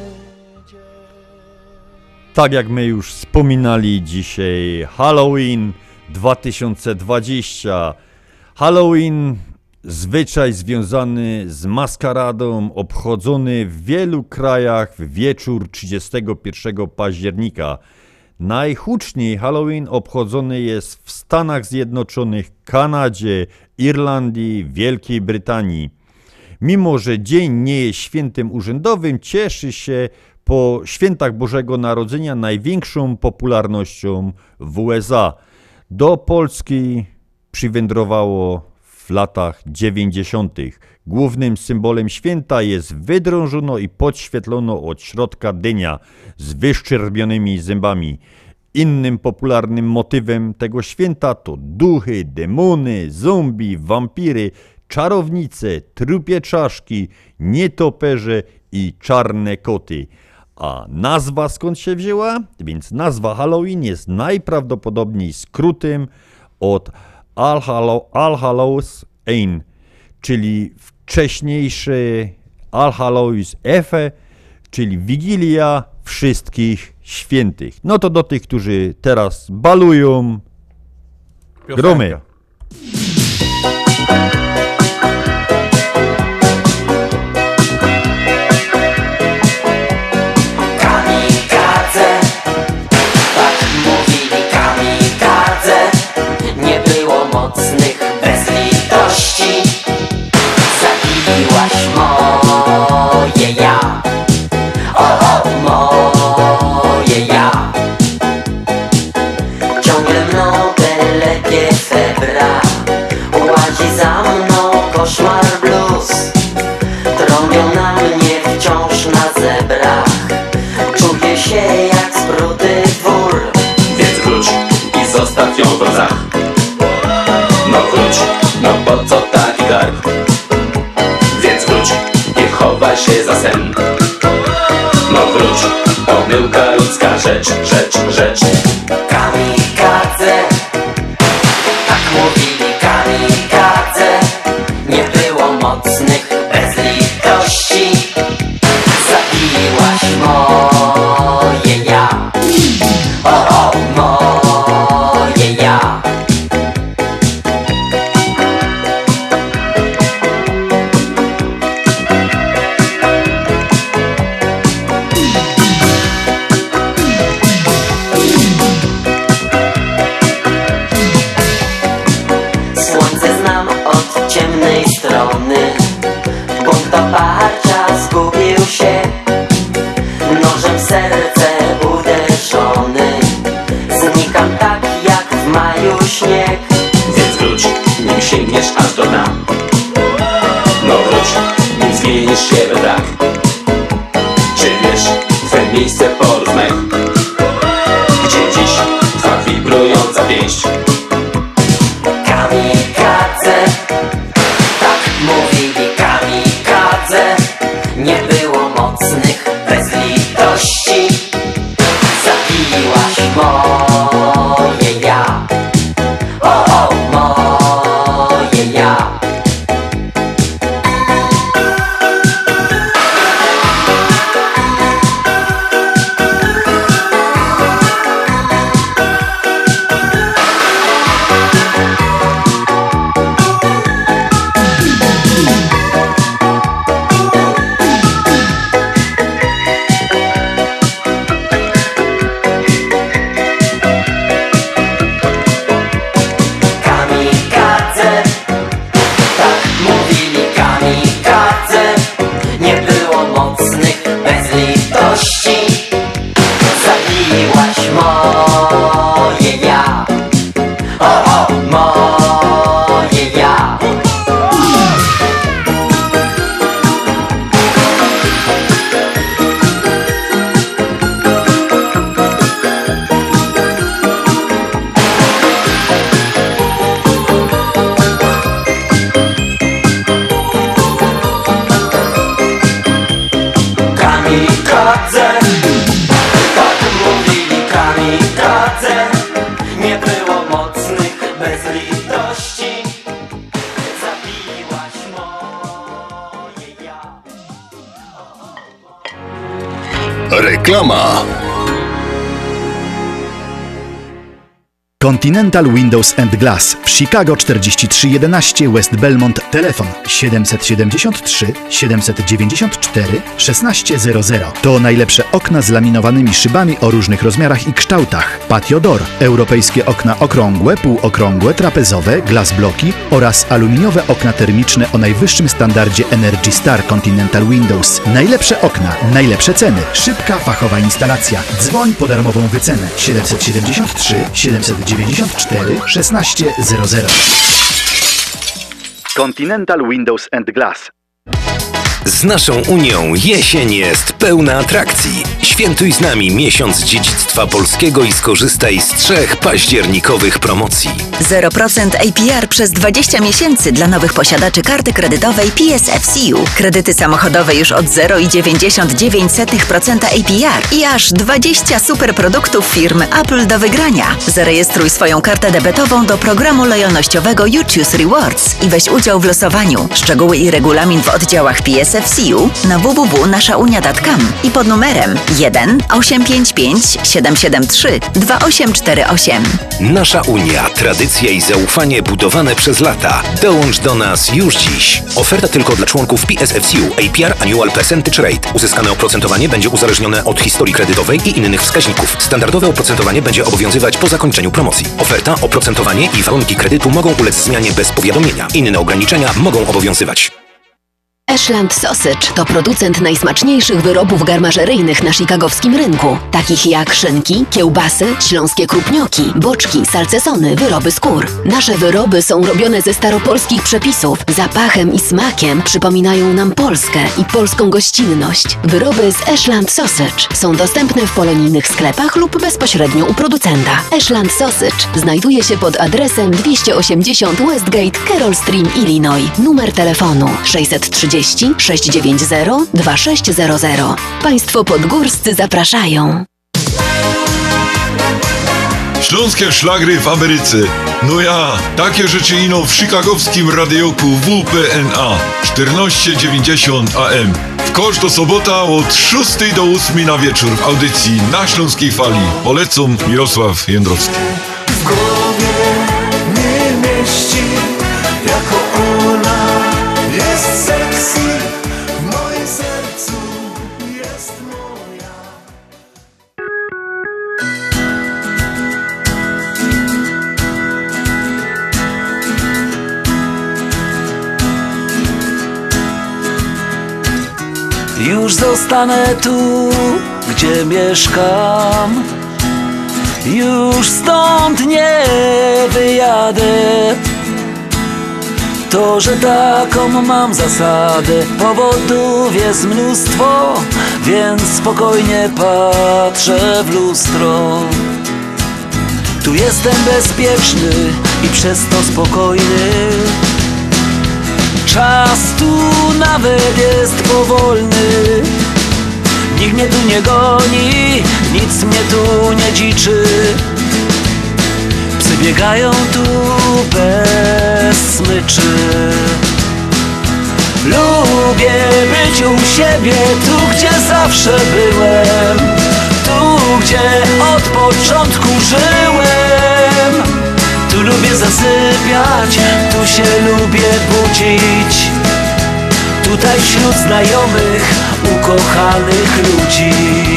Tak jak my już wspominali dzisiaj, Halloween 2020. Halloween, zwyczaj związany z maskaradą, obchodzony w wielu krajach w wieczór 31 października. Najhuczniej Halloween obchodzony jest w Stanach Zjednoczonych, Kanadzie, Irlandii, Wielkiej Brytanii. Mimo że dzień nie jest świętem urzędowym, cieszy się po świętach Bożego Narodzenia największą popularnością w USA. Do Polski przywędrowało w latach 90. Głównym symbolem święta jest wydrążono i podświetlono od środka dynia z wyszczerbionymi zębami. Innym popularnym motywem tego święta to duchy, demony, zombie, wampiry, czarownice, trupie czaszki, nietoperze i czarne koty. A nazwa skąd się wzięła? Więc nazwa Halloween jest najprawdopodobniej skrótem od All Hallows Eve, czyli wcześniejszy All Hallows Eve, czyli Wigilia Wszystkich Świętych. No to do tych, którzy teraz balują, gromy. Mocnych bez litości zabiłaś moje ja. O, moje ja. Ciągle mną telepie febra, łazi za mną koszmar blues. Trąbią na mnie wciąż na zebrach, czuję się jak spruty dwór. Więc wróć i zostaw ją w rozach. No wróć, no po co taki garb? Więc wróć, nie chowaj się za sen. No wróć, pomyłka ludzka rzecz. Kamikadze, tak mówili kamikadze. Nie było mocnych bez litości, zabiłaś moje ja. O, moje ja. Punkt oparcia zgubił się, nożem w serce uderzony. Znikam tak jak w maju śnieg. Więc wróć, nim sięgniesz aż do dna. No wróć, nim zmienisz się we brak. Czy wiesz, twe miejsce porozmech? Gdzie dziś twa wibrująca pięść? Kamikadze, tak mówili kamikadze. Nie było mocnych bez litości, zabiłaś moje ja. O, moje ja. kamikadze. Tak mówili kamikadze. Nie było mocnych bez litości. Zabiłaś moje ja. Reklama. Continental Windows and Glass w Chicago 4311 West Belmont. Telefon 773 794 1600. To najlepsze okna z laminowanymi szybami o różnych rozmiarach i kształtach. Patio Door, europejskie okna okrągłe, półokrągłe, trapezowe, glass bloki oraz aluminiowe okna termiczne o najwyższym standardzie Energy Star Continental Windows. Najlepsze okna, najlepsze ceny, szybka, fachowa instalacja. Dzwoń po darmową wycenę 773 794 1600. Continental Windows and Glass. Z naszą Unią jesień jest pełna atrakcji. Świętuj z nami miesiąc dziedzictwa polskiego i skorzystaj z 3 październikowych promocji. 0% APR przez 20 miesięcy dla nowych posiadaczy karty kredytowej PSFCU. Kredyty samochodowe już od 0,99% APR i aż 20 super produktów firmy Apple do wygrania. Zarejestruj swoją kartę debetową do programu lojalnościowego You Choose Rewards i weź udział w losowaniu. Szczegóły i regulamin w oddziałach PSFCU na www.naszaunia.com i pod numerem 1 855 773 2848. Nasza Unia, tradycja i zaufanie budowane przez lata. Dołącz do nas już dziś. Oferta tylko dla członków PSFCU. APR Annual Percentage Rate. Uzyskane oprocentowanie będzie uzależnione od historii kredytowej i innych wskaźników. Standardowe oprocentowanie będzie obowiązywać po zakończeniu promocji. Oferta, oprocentowanie i warunki kredytu mogą ulec zmianie bez powiadomienia. Inne ograniczenia mogą obowiązywać. Ashland Sausage to producent najsmaczniejszych wyrobów garmażeryjnych na chicagowskim rynku, takich jak szynki, kiełbasy, śląskie krupnioki, boczki, salcesony, wyroby skór. Nasze wyroby są robione ze staropolskich przepisów. Zapachem i smakiem przypominają nam Polskę i polską gościnność. Wyroby z Ashland Sausage są dostępne w polonijnych sklepach lub bezpośrednio u producenta. Ashland Sausage znajduje się pod adresem 280 Westgate, Carroll Stream, Illinois. Numer telefonu 630 690 2600. Państwo podgórscy zapraszają. Śląskie szlagry w Ameryce. No ja, takie rzeczy ino w chicagowskim radioku WPNA 1490 AM. W każdą sobota od 6 do 8 na wieczór w audycji na Śląskiej Fali. Polecam Mirosław Jędrowski. W głowie nie mieści, jako ona jest sexy, w moim sercu jest moja. Już zostanę tu, gdzie mieszkam. Już stąd nie wyjadę. To, że taką mam zasadę, powodów jest mnóstwo, więc spokojnie patrzę w lustro. Tu jestem bezpieczny i przez to spokojny. Czas tu nawet jest powolny. Nikt mnie tu nie goni, nic mnie tu nie dziczy. Psy biegają tu bez smyczy. Lubię być u siebie, tu gdzie zawsze byłem, tu gdzie od początku żyłem. Tu lubię zasypiać, tu się lubię budzić. Tutaj wśród znajomych, ukochanych ludzi.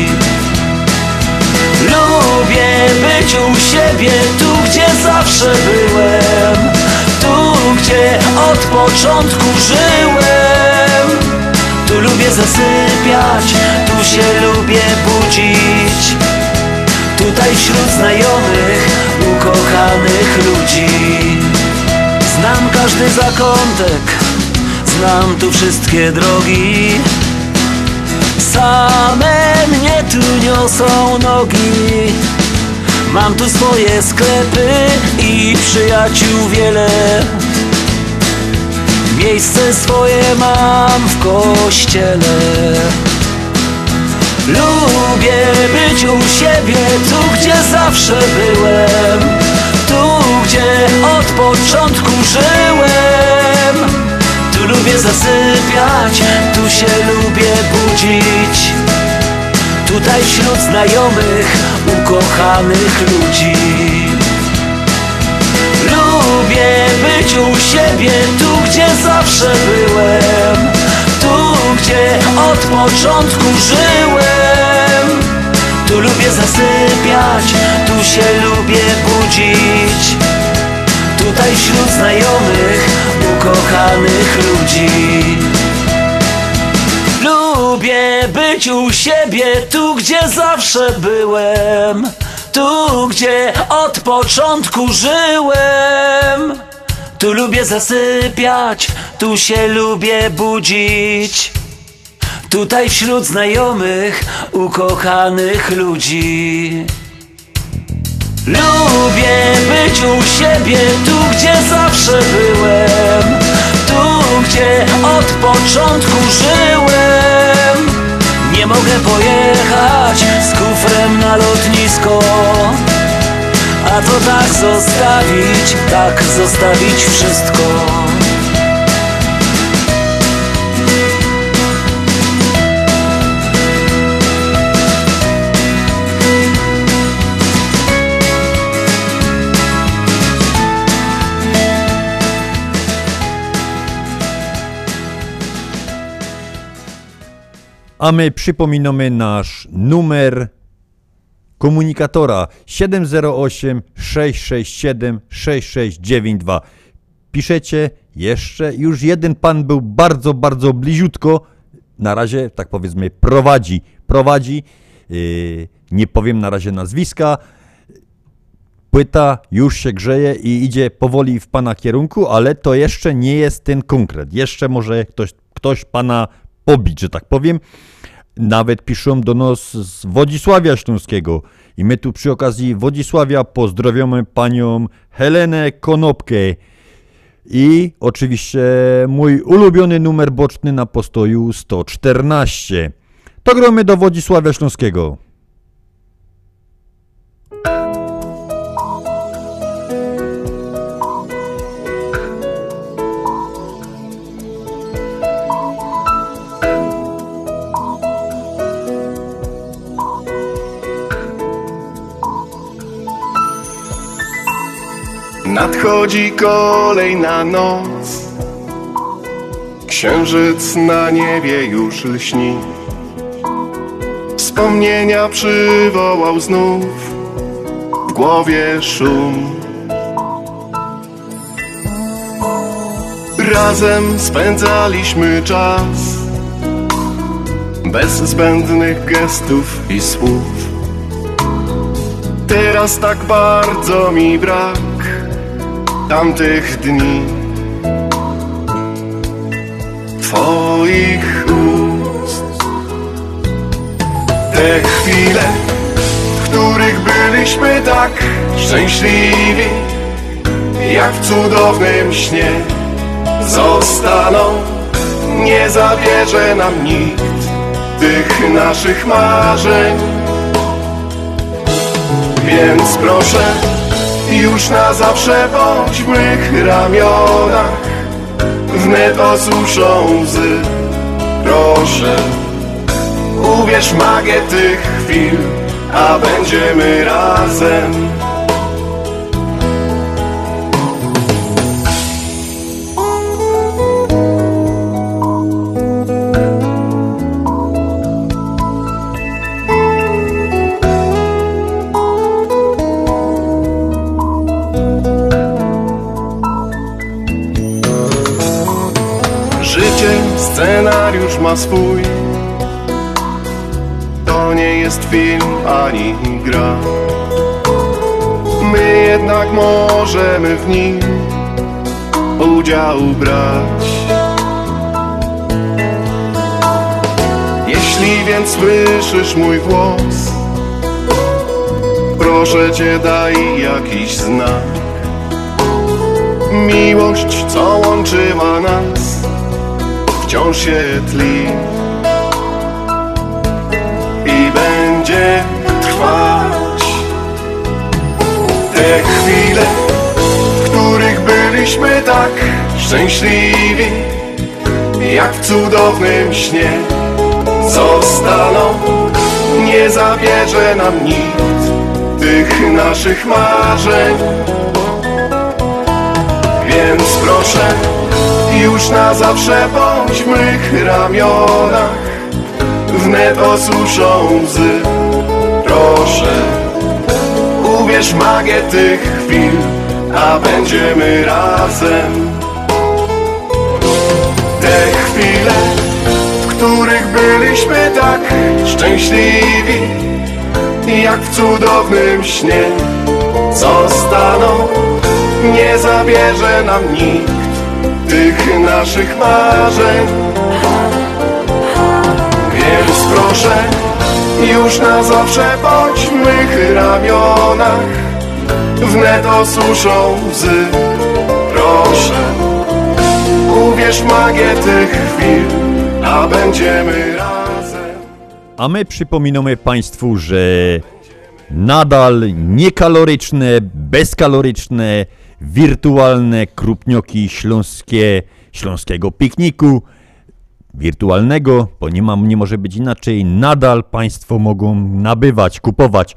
Lubię być u siebie, tu gdzie zawsze byłem, tu gdzie od początku żyłem. Tu lubię zasypiać, tu się lubię budzić. Tutaj wśród znajomych, ukochanych ludzi. Znam każdy zakątek, znam tu wszystkie drogi. Same mnie tu niosą nogi. Mam tu swoje sklepy i przyjaciół wiele. Miejsce swoje mam w kościele. Lubię być u siebie, tu gdzie zawsze byłem, tu gdzie od początku żyłem. Tu lubię zasypiać, tu się lubię budzić. Tutaj wśród znajomych, ukochanych ludzi. Lubię być u siebie, tu gdzie zawsze byłem, tu gdzie od początku żyłem. Tu lubię zasypiać, tu się lubię budzić. Tutaj wśród znajomych, ukochanych ludzi. Lubię być u siebie, tu gdzie zawsze byłem, tu gdzie od początku żyłem. Tu lubię zasypiać, tu się lubię budzić. Tutaj wśród znajomych, ukochanych ludzi. Lubię być u siebie, tu gdzie zawsze byłem, tu gdzie od początku żyłem. Nie mogę pojechać z kufrem na lotnisko, a to tak zostawić wszystko. A my przypominamy nasz numer komunikatora 708 667 6692. Piszecie jeszcze, już jeden pan był bardzo bliziutko, na razie tak powiedzmy prowadzi, nie powiem na razie nazwiska. Płyta już się grzeje i idzie powoli w pana kierunku, ale to jeszcze nie jest ten konkret. Jeszcze może ktoś pana pobić, że tak powiem. Nawet piszą do nas z Wodzisławia Śląskiego i my tu przy okazji Wodzisławia pozdrawiamy panią Helenę Konopkę i oczywiście mój ulubiony numer boczny na postoju 114. To gromy do Wodzisławia Śląskiego. Nadchodzi kolejna noc, księżyc na niebie już lśni. Wspomnienia przywołał znów, w głowie szum. Razem spędzaliśmy czas, bez zbędnych gestów i słów. Teraz tak bardzo mi brak tamtych dni, twoich ust. Te chwile, w których byliśmy tak szczęśliwi, jak w cudownym śnie, zostaną. Nie zabierze nam nikt tych naszych marzeń. Więc proszę, już na zawsze bądź w mych ramionach, wnet osuszą łzy. Proszę, uwierz w magię tych chwil, a będziemy razem. Scenariusz ma swój, to nie jest film ani gra. My jednak możemy w nim udział brać. Jeśli więc słyszysz mój głos, proszę cię, daj jakiś znak. Miłość, co łączyła nas, wciąż się tli. tak szczęśliwi, jak w cudownym śnie. Zostaną, nie zabierze nam nikt tych naszych marzeń. Więc proszę, już na zawsze bądź w mych ramionach, wnet osuszą łzy. Proszę, uwierz magię tych chwil, a będziemy razem. Te chwile, w których byliśmy tak szczęśliwi, jak w cudownym śnie, zostaną, nie zabierze nam nikt tych naszych marzeń. Więc proszę, już na zawsze bądź w mych ramionach, wnet osuszą łzy. Proszę, uwierz magię tych chwil, a będziemy razem. A my przypominamy Państwu, że nadal niekaloryczne, bezkaloryczne, wirtualne krupnioki śląskiego pikniku wirtualnego, bo nie może być inaczej, nadal Państwo mogą nabywać, kupować.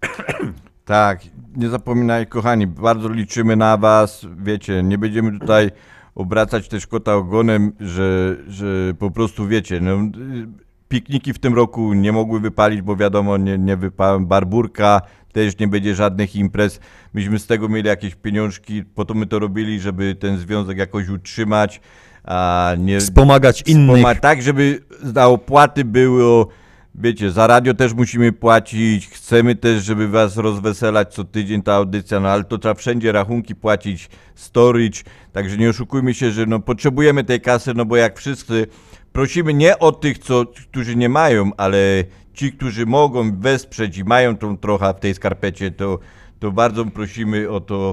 Tak, nie zapominaj, kochani, bardzo liczymy na Was. Wiecie, nie będziemy tutaj obracać też kota ogonem, że po prostu wiecie, no, pikniki w tym roku nie mogły wypalić, bo wiadomo, nie wypałem Barburka, też nie będzie żadnych imprez. Myśmy z tego mieli jakieś pieniążki, po to my to robili, żeby ten związek jakoś utrzymać, a nie wspomagać innych. Tak, żeby za opłaty było, wiecie, za radio też musimy płacić, chcemy też, żeby was rozweselać co tydzień ta audycja, no ale to trzeba wszędzie rachunki płacić, storage, także nie oszukujmy się, że no potrzebujemy tej kasy, no bo jak wszyscy prosimy nie o tych, którzy nie mają, ale ci, którzy mogą wesprzeć i mają tą trochę w tej skarpecie, to bardzo prosimy o to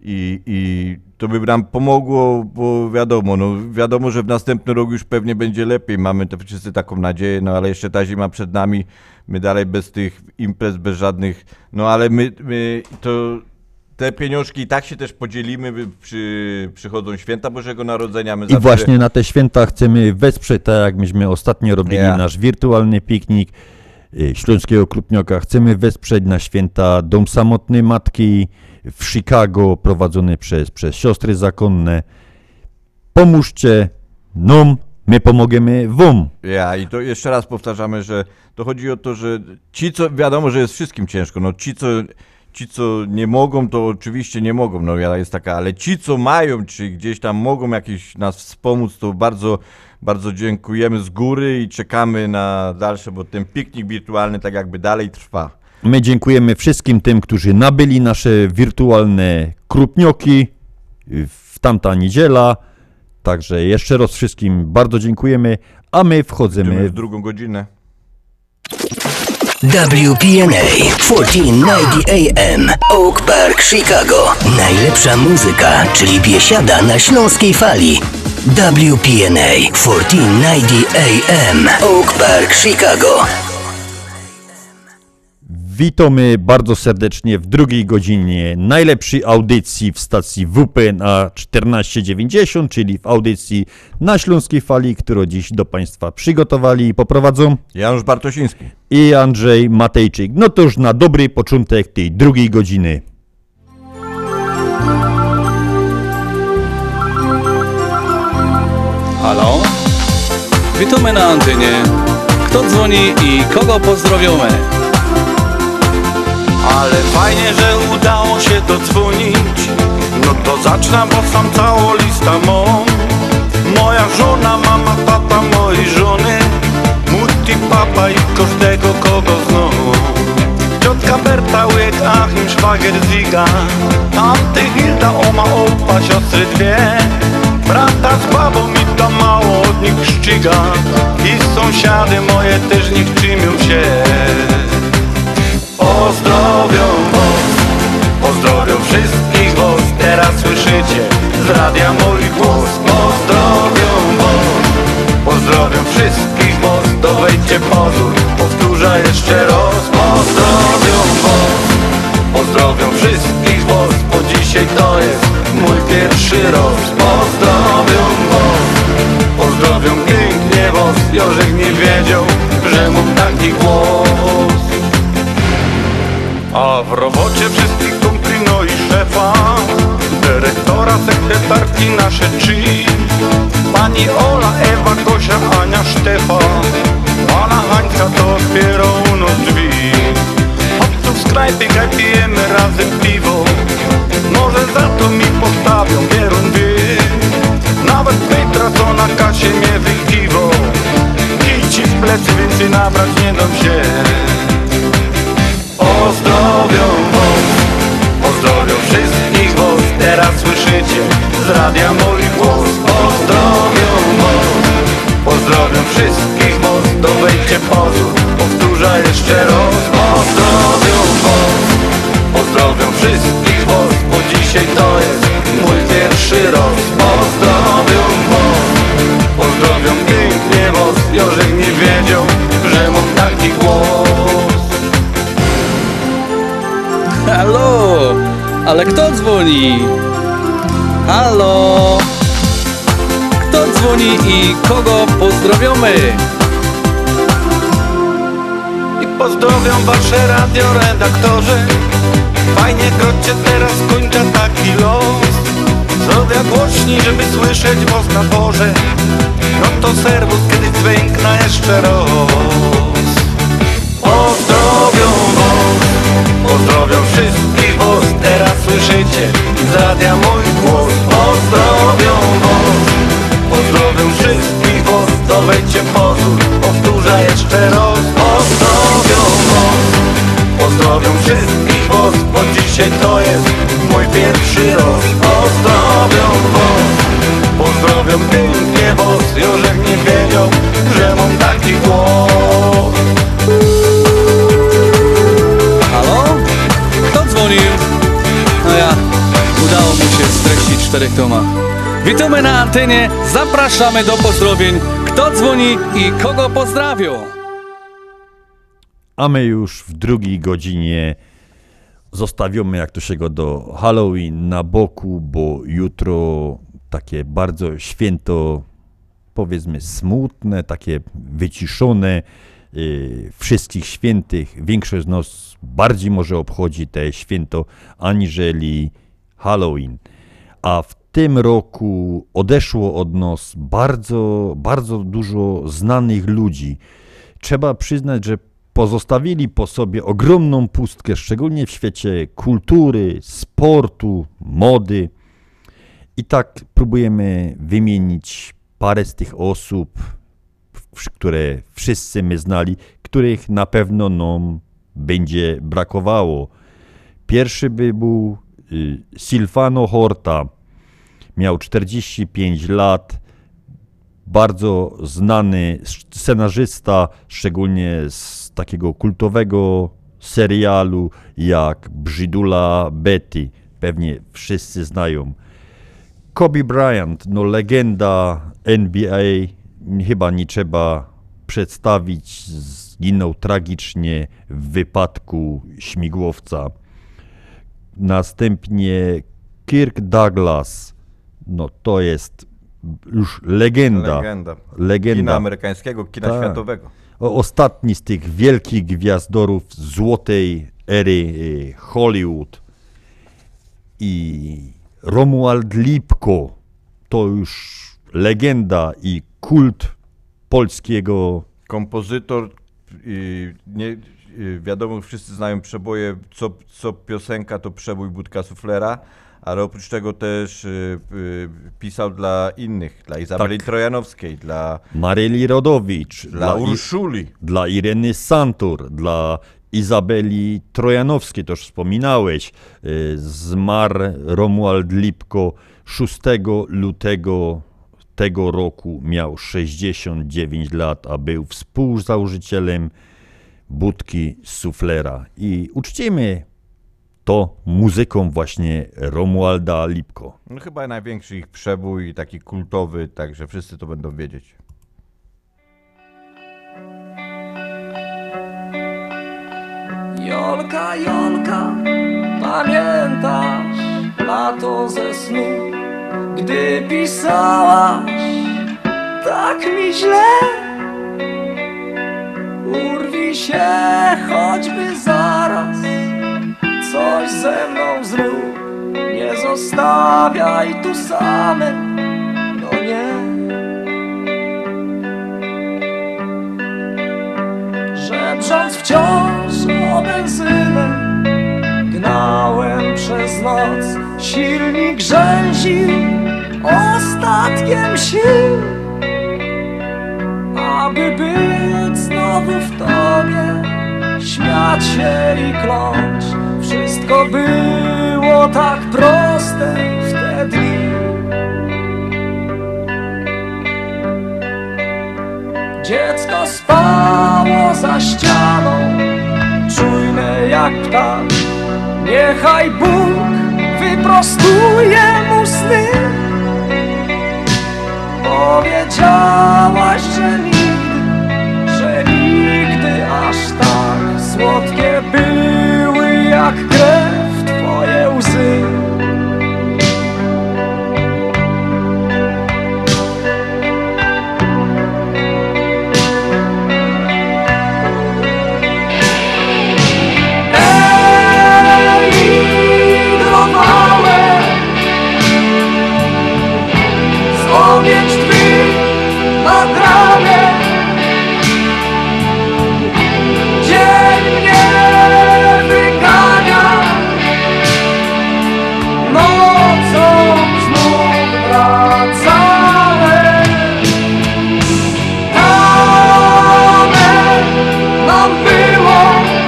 i to by nam pomogło, bo wiadomo, że w następnym roku już pewnie będzie lepiej, mamy to wszyscy taką nadzieję, no ale jeszcze ta zima przed nami, my dalej bez tych imprez, bez żadnych, no ale my to te pieniążki i tak się też podzielimy, przychodzą święta Bożego Narodzenia. My zawsze... właśnie na te święta chcemy wesprzeć, tak jak myśmy ostatnio robili nasz wirtualny piknik Śląskiego Krupnioka. Chcemy wesprzeć na święta Dom Samotnej Matki w Chicago, prowadzony przez siostry zakonne. Pomóżcie nam, my pomogemy wam. I to jeszcze raz powtarzamy, że to chodzi o to, że ci, co wiadomo, że jest wszystkim ciężko, no ci, co nie mogą, to oczywiście nie mogą, no jest taka, ale ci, co mają, czy gdzieś tam mogą jakieś nas wspomóc, to bardzo, bardzo dziękujemy z góry i czekamy na dalsze, bo ten piknik wirtualny tak jakby dalej trwa. My dziękujemy wszystkim tym, którzy nabyli nasze wirtualne krupnioki w tamta niedziela, także jeszcze raz wszystkim bardzo dziękujemy, a my wchodzimy w drugą godzinę. WPNA 1490 AM Oak Park, Chicago. Najlepsza muzyka, czyli biesiada na śląskiej fali. WPNA 1490 AM Oak Park, Chicago. Witamy bardzo serdecznie w drugiej godzinie najlepszej audycji w stacji WPNA 1490, czyli w audycji na Śląskiej Fali, którą dziś do Państwa przygotowali i poprowadzą Janusz Bartosiński i Andrzej Matejczyk. No to już na dobry początek tej drugiej godziny. Halo? Witamy na antenie. Kto dzwoni i kogo pozdrowiamy? Ale fajnie, że udało się dodzwonić. No to zacznę, bo sam całą listę mam. Moja żona, mama, tata mojej żony, mutti, papa i każdego, kogo znowu. Ciotka Berta, łyk, Achim, szwagier, Ziga, Anty, Hilda, oma, opa, siostry dwie, brata z babą i to mało od nich szczyga. I sąsiady moje też nie chczymią się. Pozdrowią was, pozdrowią wszystkich was. Teraz słyszycie z radia mój głos. Pozdrowią was, pozdrowią wszystkich was. To wejdźcie pozór, powtórzę jeszcze raz. Pozdrowią was, pozdrowią wszystkich was, bo dzisiaj to jest mój pierwszy raz. wiedział, że mam taki głos. A w robocie wszystkich kumpli, no i szefa, dyrektora, sekretarki, nasze pani Ola, Ewa, Gosia, Ania, Sztefa, pana Hańka to otwierał u nas drzwi. Chłopców z knajpy, kaj pijemy razem piwo, może za to mi postawią bierun wie. Nawet Petra, co na kasie mnie wykiwał, kij ci w plecy, więcej nabrać nie dam się. Pozdrowią was, pozdrowią wszystkich was, teraz słyszycie z radia mój głos. Pozdrowią was, pozdrowią wszystkich was, to wejdźcie pozór, powtórzę jeszcze raz. Pozdrowią was, pozdrowią wszystkich was, bo dzisiaj to jest mój pierwszy raz. Pozdrowią was, pozdrowią pięknie was, Jorzek nie wiedział, że mam taki głos. Halo, ale kto dzwoni? Halo, kto dzwoni i kogo pozdrowiamy? I pozdrowią wasze radioredaktorzy, fajnie krocie teraz kończę taki los. Zrobię głośniej, żeby słyszeć was na dworze, no to serwus, kiedy dźwiękna jeszcze raz. Pozdrowią was, pozdrowią wszystkich was, teraz słyszycie z radia mój głos. Pozdrowią was, pozdrowią wszystkich was, to wejdźcie pozór, powtórzę jeszcze raz. Pozdrowią was, pozdrowią wszystkich was, bo dzisiaj to jest mój pierwszy raz. Pozdrowią was, pozdrowią pięknie was, Jorzek nie wiedział, że mam taki głos. Halo? Kto dzwonił? No ja, udało mi się streścić w 4 tomach. Witamy na antenie, zapraszamy do pozdrowień. Kto dzwoni i kogo pozdrawią? A my już w drugiej godzinie zostawimy, jak to się go, do Halloween na boku, bo jutro takie bardzo święto, powiedzmy smutne, takie wyciszone, wszystkich świętych. Większość z nas bardziej może obchodzi te święto aniżeli Halloween. A w tym roku odeszło od nas bardzo, bardzo dużo znanych ludzi. Trzeba przyznać, że pozostawili po sobie ogromną pustkę, szczególnie w świecie kultury, sportu, mody. I tak próbujemy wymienić parę z tych osób, które wszyscy my znali, których na pewno nam będzie brakowało. Pierwszy by był Silvano Horta. Miał 45 lat, bardzo znany scenarzysta, szczególnie z takiego kultowego serialu jak Brzydula Betty. Pewnie wszyscy znają. Kobe Bryant, no legenda NBA, chyba nie trzeba przedstawić, zginął tragicznie w wypadku śmigłowca. Następnie Kirk Douglas, no to jest już legenda. Kina amerykańskiego, kina światowego. Ostatni z tych wielkich gwiazdorów złotej ery Hollywood. I Romuald Lipko, to już legenda i kult polskiego. Kompozytor, wiadomo, wszyscy znają przeboje, co piosenka to przebój Budka Suflera, ale oprócz tego też pisał dla innych, dla Izabeli Trojanowskiej, dla Maryli Rodowicz, dla Urszuli, dla Ireny Santur, dla Izabeli Trojanowskiej, to już wspominałeś. Zmarł Romuald Lipko 6 lutego tego roku, miał 69 lat, a był współzałożycielem Budki Suflera. I uczcimy to muzyką właśnie Romualda Lipko. No chyba największy ich przebój, taki kultowy, także wszyscy to będą wiedzieć. Jolka, Jolka, pamiętasz lato ze snu, gdy pisałaś tak mi źle? się, choćby zaraz coś ze mną zrób. Nie zostawiaj tu samym, no nie. Żebrząc wciąż o benzynę, gnałem przez noc. Silnik grzęził ostatkiem sił, aby być znowu w tobie, śmiać się i kląć. Wszystko było tak proste w te dni. Dziecko spało za ścianą, czujne jak ptak. Niechaj Bóg wyprostuje mu sny. Powiedziałaś, że nigdy aż tak słodkie były jak krew twoje łzy. Zdjęć twych nagrane, dzień mnie wygania, nocą znów wracamy. Dane nam było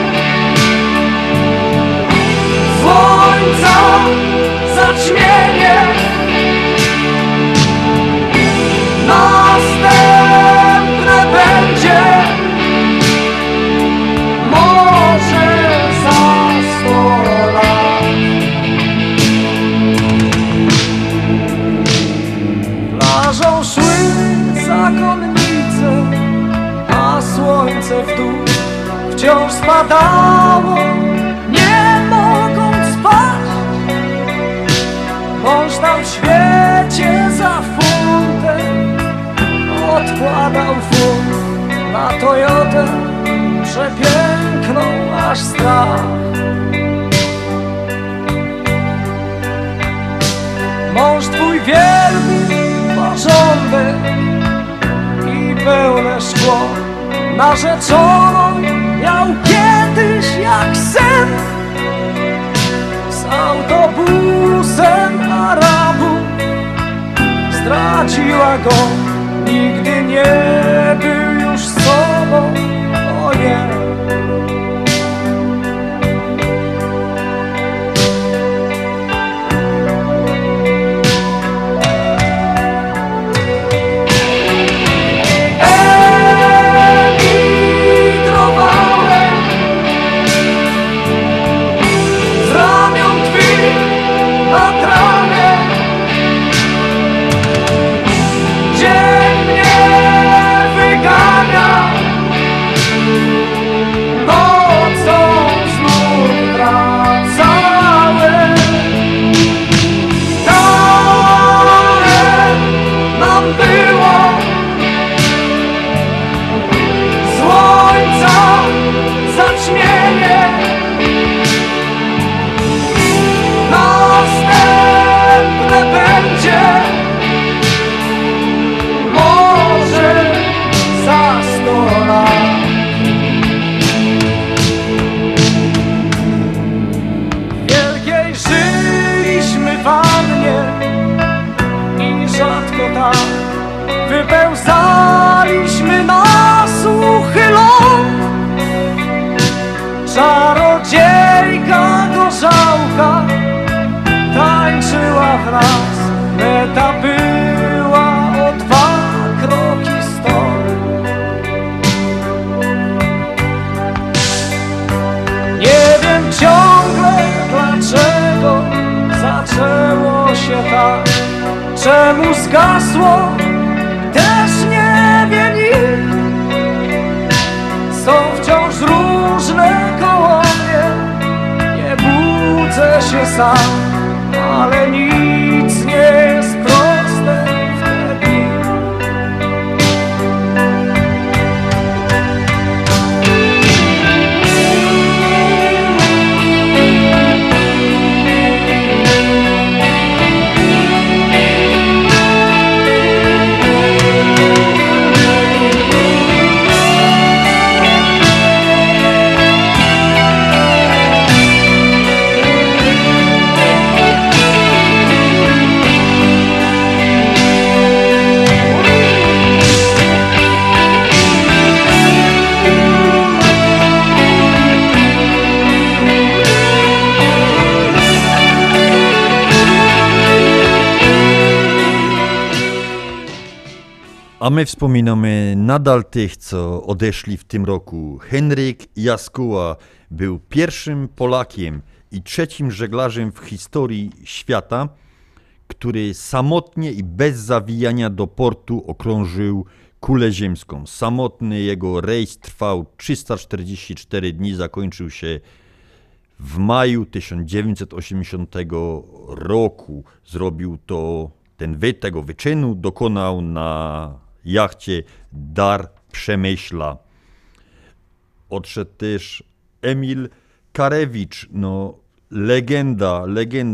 słońca zaćmienie. Następne będzie może za 100 lat. Plażą szły zakonnice, a słońce w dół wciąż spadało, nie mogąc spać. Mąż tam w świecie za funtem odkładał funt na Toyotę przepiękną aż strach. Mąż twój wielki porządek i pełne szkło, narzeczoną miał kiedyś jak sen. Z autobusem Arabu zdradziła go, nigdy nie był już sobą, o nie. Emigrowałem z ramion twych na tramie. Dzień mnie wygania, nocą znów wracałem. Dane nam było słońca zaćmienie. Następne będzie może za 100 lat. W wielkiej żyliśmy wannie i rzadko tak wypełzaliśmy na suchy ląd. Czarodziejka gorzałka tańczyła w nas, meta była o 2 kroki stąd. Nie wiem ciągle dlaczego zaczęło się tak, czemu zgasło, też nie wie nikt. Są wciąż różne koło mnie, nie budzę się sam, ale nic nie jest proste wtedy. my wspominamy nadal tych, co odeszli w tym roku. Henryk Jaskuła był pierwszym Polakiem i trzecim żeglarzem w historii świata, który samotnie i bez zawijania do portu okrążył kulę ziemską. Samotny jego rejs trwał 344 dni, zakończył się w maju 1980 roku. Zrobił to, tego wyczynu dokonał na jachcie Dar Przemyśla. Odszedł też Emil Karewicz, no legenda,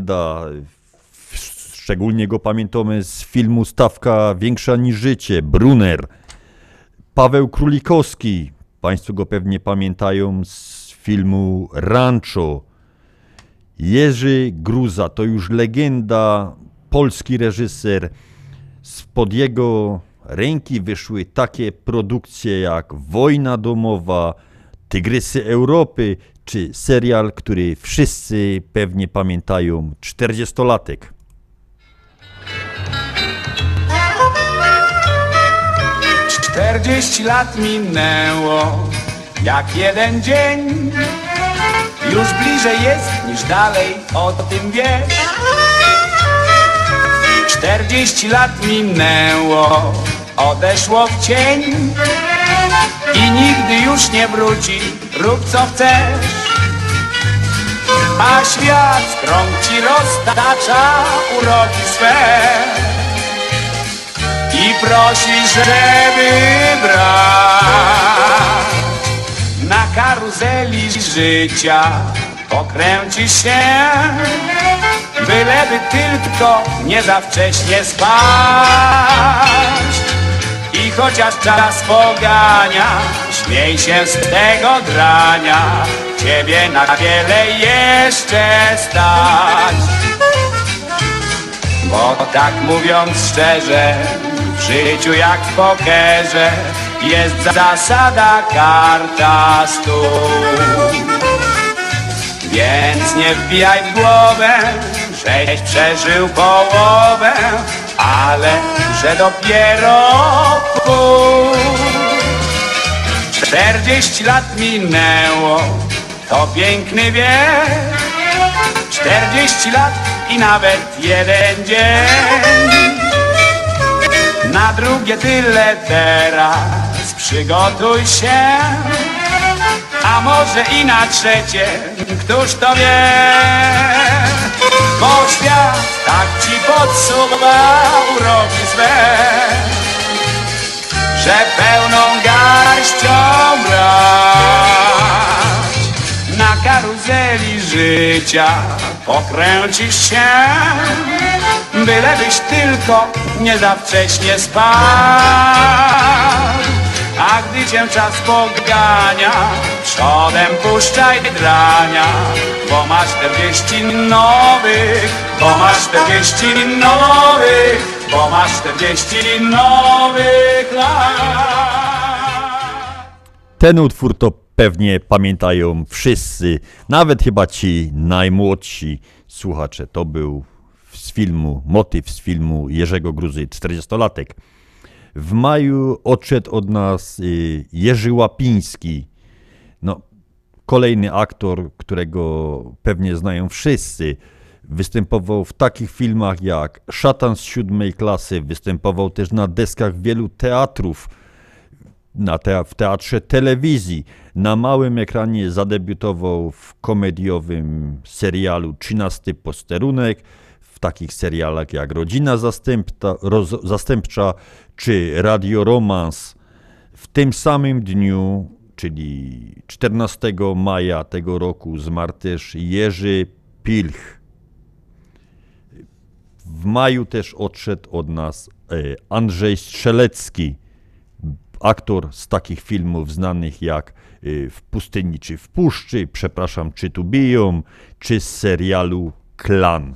szczególnie go pamiętamy z filmu Stawka większa niż życie, Brunner. Paweł Królikowski, Państwo go pewnie pamiętają z filmu Rancho. Jerzy Gruza, to już legenda, polski reżyser. Spod jego ręki wyszły takie produkcje jak Wojna domowa, Tygrysy Europy, czy serial, który wszyscy pewnie pamiętają, 40-latek. Czterdzieści lat minęło jak jeden dzień. Już bliżej jest niż dalej, o tym wiesz. 40 lat minęło, odeszło w cień i nigdy już nie wróci, rób co chcesz. A świat z krąg ci roztacza uroki swe i prosi, żeby brać. Na karuzeli życia pokręcisz się, byleby tylko nie za wcześnie spać. I chociaż czas pogania, śmiej się z tego drania, ciebie na wiele jeszcze stać. Bo tak mówiąc szczerze, w życiu jak w pokerze jest zasada karta stół. Więc nie wbijaj w głowę, żeś przeżył połowę, ale że dopiero pół. 40 lat minęło, to piękny wiek. 40 lat i nawet jeden dzień. Na drugie tyle teraz przygotuj się, a może i na trzecie, któż to wie? Bo świat tak ci podsuwa uroki swe, że pełną garścią brać. Na karuzeli życia pokręcisz się, bylebyś tylko nie za wcześnie spał. A gdy cię czas pogania, przodem puszczaj drania, bo masz 40 nowych, bo masz 40 nowych, bo masz 40 nowych lat. Ten utwór to pewnie pamiętają wszyscy, nawet chyba ci najmłodsi słuchacze. To był motyw z filmu Jerzego Gruzy, 40-latek. W maju odszedł od nas Jerzy Łapiński, no, kolejny aktor, którego pewnie znają wszyscy. Występował w takich filmach jak Szatan z 7. klasy, występował też na deskach wielu teatrów, w teatrze telewizji. Na małym ekranie zadebiutował w komediowym serialu 13 posterunek, w takich serialach jak Rodzina Zastępcza czy Radio Romans. W tym samym dniu, czyli 14 maja tego roku, zmarł też Jerzy Pilch. W maju też odszedł od nas Andrzej Strzelecki, aktor z takich filmów znanych jak W pustyni czy w puszczy, przepraszam, czy tu biją, czy z serialu Klan.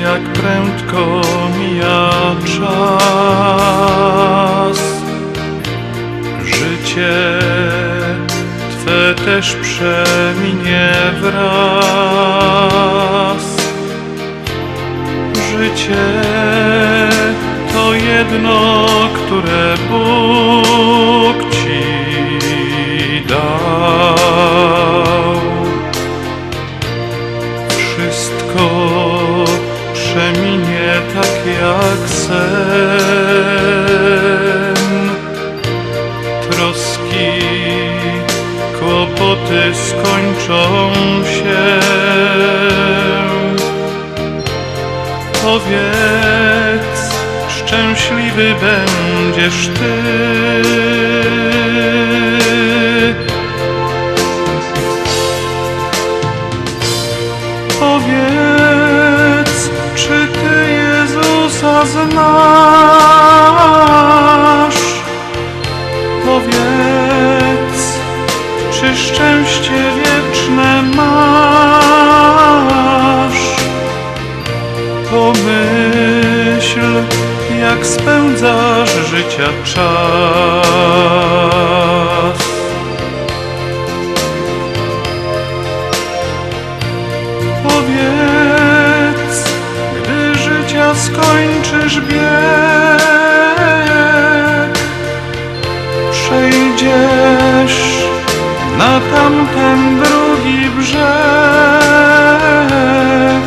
jak prędko mija czas. Życie Twe też przeminie wraz. Życie to jedno, które Bóg Ci dał. Wszystko przeminie tak jak sen. Troski, kłopoty skończą się. Powiedz, szczęśliwy będziesz Ty. Powiedz, czy Ty Jezusa znasz? Powiedz, czy szczęście wieczne masz? Pomyśl, jak spędzasz życia czas. Powiedz, gdy życia skończysz bieg, przejdziesz na tamten drugi brzeg.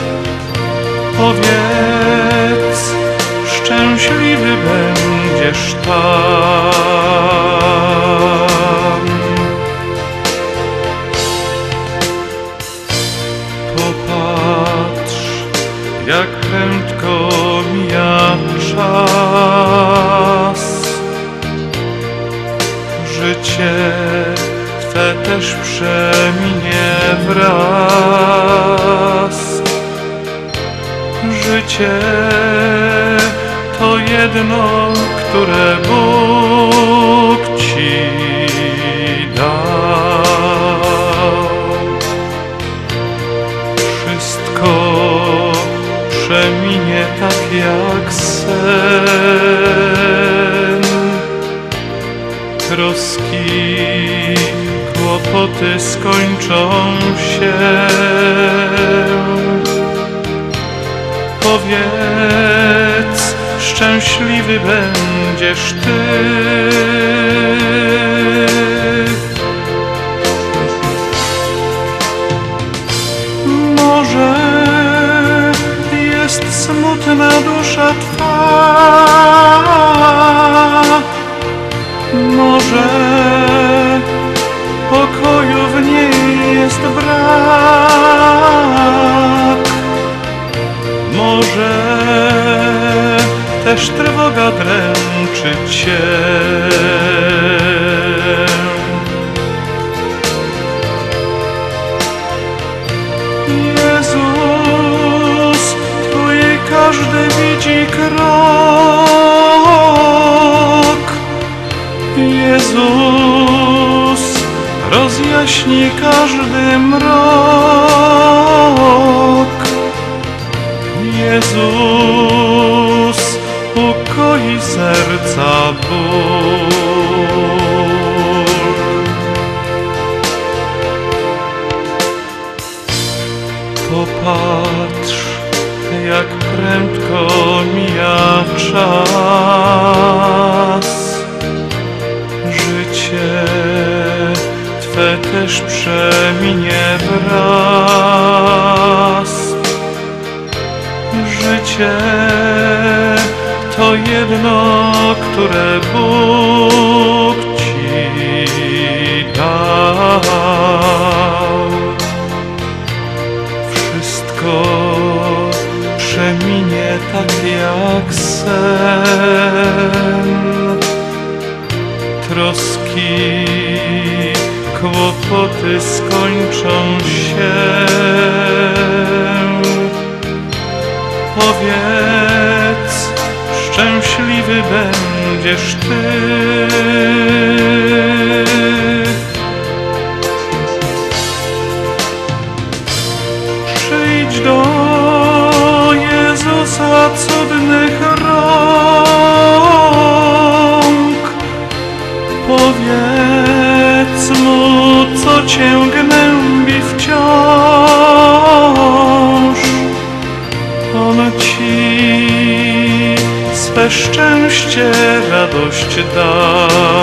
Powiedz, szczęśliwy będziesz tam. Popatrz, jak prędko mija czas. Życie Twe też przeminie wraz. Życie to jedno, które Bóg Ci dał. Wszystko przeminie tak jak sen. Troski, kłopoty skończą się. Powiedz, szczęśliwy będziesz Ty. Może jest smutna dusza Twa, może pokoju w niej jest brak. Może też trwoga dręczy Cię. Jezus Twój każdy widzi krok. Jezus rozjaśni każdy mrok. Jezus ukoi serca ból. Popatrz, jak prędko mija czas. Życie Twe też przeminie wraz. Życie to jedno, które Bóg Ci dał. Wszystko przeminie tak jak sen. Troski, kłopoty skończą się. Powiedz, szczęśliwy będziesz Ty. Przyjdź do Jezusa cudnych rąk. Powiedz mu, co cię gnębi wciąż. On ci swe szczęście, radość da.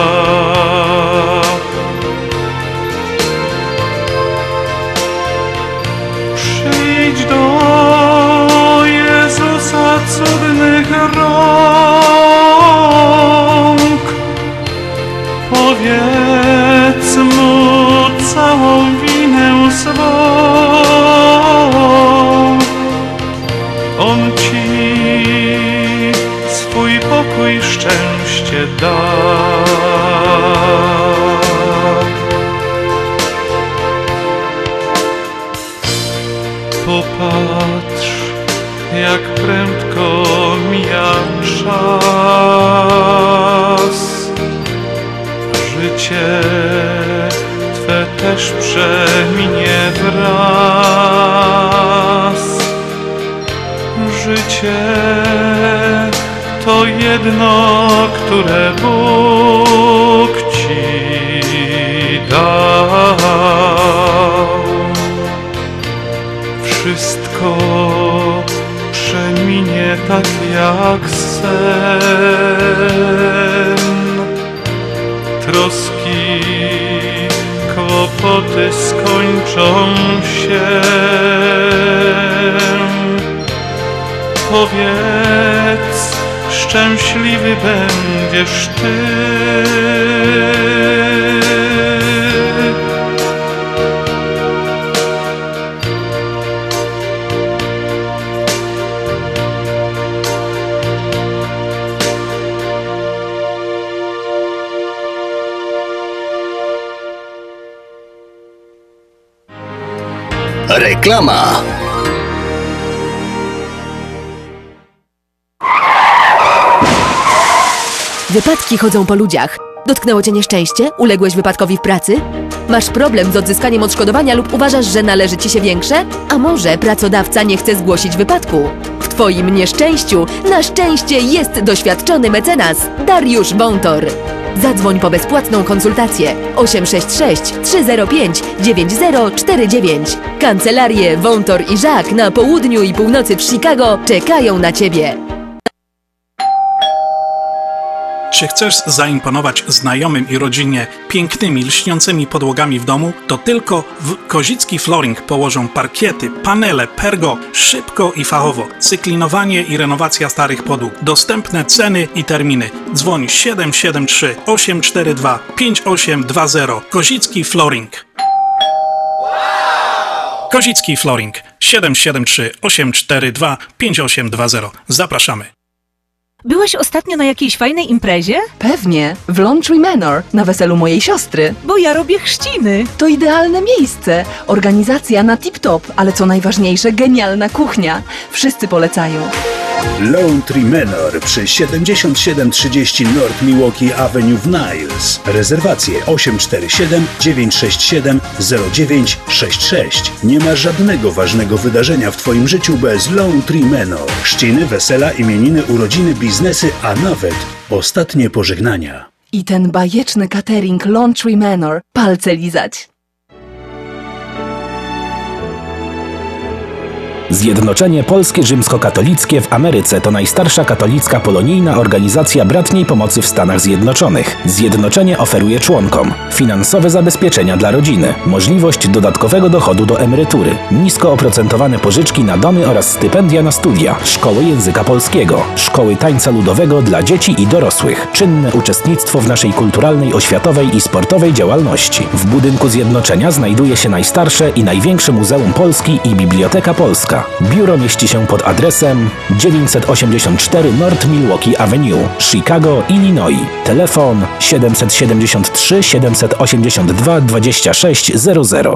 Przyjdź do Jezusa cudnych rąk. Powiedz mu całą winę swą. On ci swój pokój, szczęście da. Popatrz, jak prędko mija czas. Życie Twe też przeminie wraz. Życie to jedno, które Bóg Ci dał. Wszystko przeminie tak jak sen. Troski, kłopoty skończą się. Powiedz, szczęśliwy będziesz Ty. Reklama. Wypadki chodzą po ludziach. Dotknęło cię nieszczęście? Uległeś wypadkowi w pracy? Masz problem z odzyskaniem odszkodowania lub uważasz, że należy ci się większe? A może pracodawca nie chce zgłosić wypadku? W twoim nieszczęściu na szczęście jest doświadczony mecenas Dariusz Wątor. Zadzwoń po bezpłatną konsultację 866 305 9049. Kancelarie Wątor i Żak na południu i północy w Chicago czekają na ciebie. Czy chcesz zaimponować znajomym i rodzinie pięknymi, lśniącymi podłogami w domu? To tylko w Kozicki Flooring położą parkiety, panele, pergo, szybko i fachowo. Cyklinowanie i renowacja starych podłóg. Dostępne ceny i terminy. Dzwoń 773 842 5820. Kozicki Flooring. Kozicki Flooring 773 842 5820. Zapraszamy. Byłeś ostatnio na jakiejś fajnej imprezie? Pewnie, w Laundry Manor, na weselu mojej siostry. Bo ja robię chrzciny. To idealne miejsce. Organizacja na tip-top, ale co najważniejsze, genialna kuchnia. Wszyscy polecają. Laundry Manor przy 7730 North Milwaukee Avenue w Niles. Rezerwacje 847 967 0966. Nie ma żadnego ważnego wydarzenia w Twoim życiu bez Laundry Manor. Chrzciny, wesela, imieniny, urodziny, biznesy, a nawet ostatnie pożegnania. I ten bajeczny catering Laundry Manor. Palce lizać. Zjednoczenie Polskie Rzymskokatolickie w Ameryce to najstarsza katolicka polonijna organizacja bratniej pomocy w Stanach Zjednoczonych. Zjednoczenie oferuje członkom finansowe zabezpieczenia dla rodziny, możliwość dodatkowego dochodu do emerytury, nisko oprocentowane pożyczki na domy oraz stypendia na studia, szkoły języka polskiego, szkoły tańca ludowego dla dzieci i dorosłych, czynne uczestnictwo w naszej kulturalnej, oświatowej i sportowej działalności. W budynku Zjednoczenia znajduje się najstarsze i największe Muzeum Polski i Biblioteka Polska. Biuro mieści się pod adresem 984 North Milwaukee Avenue, Chicago, Illinois. Telefon 773 782 2600.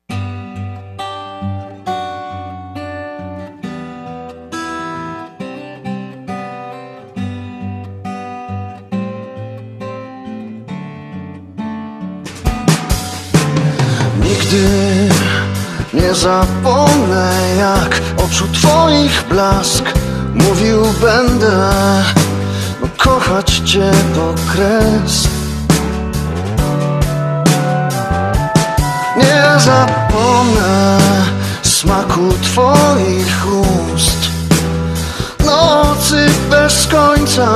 Nigdy nie zapomnę, jak oczu Twoich blask Mówił będę kochać cię po kres. Nie zapomnę smaku twoich ust, nocy bez końca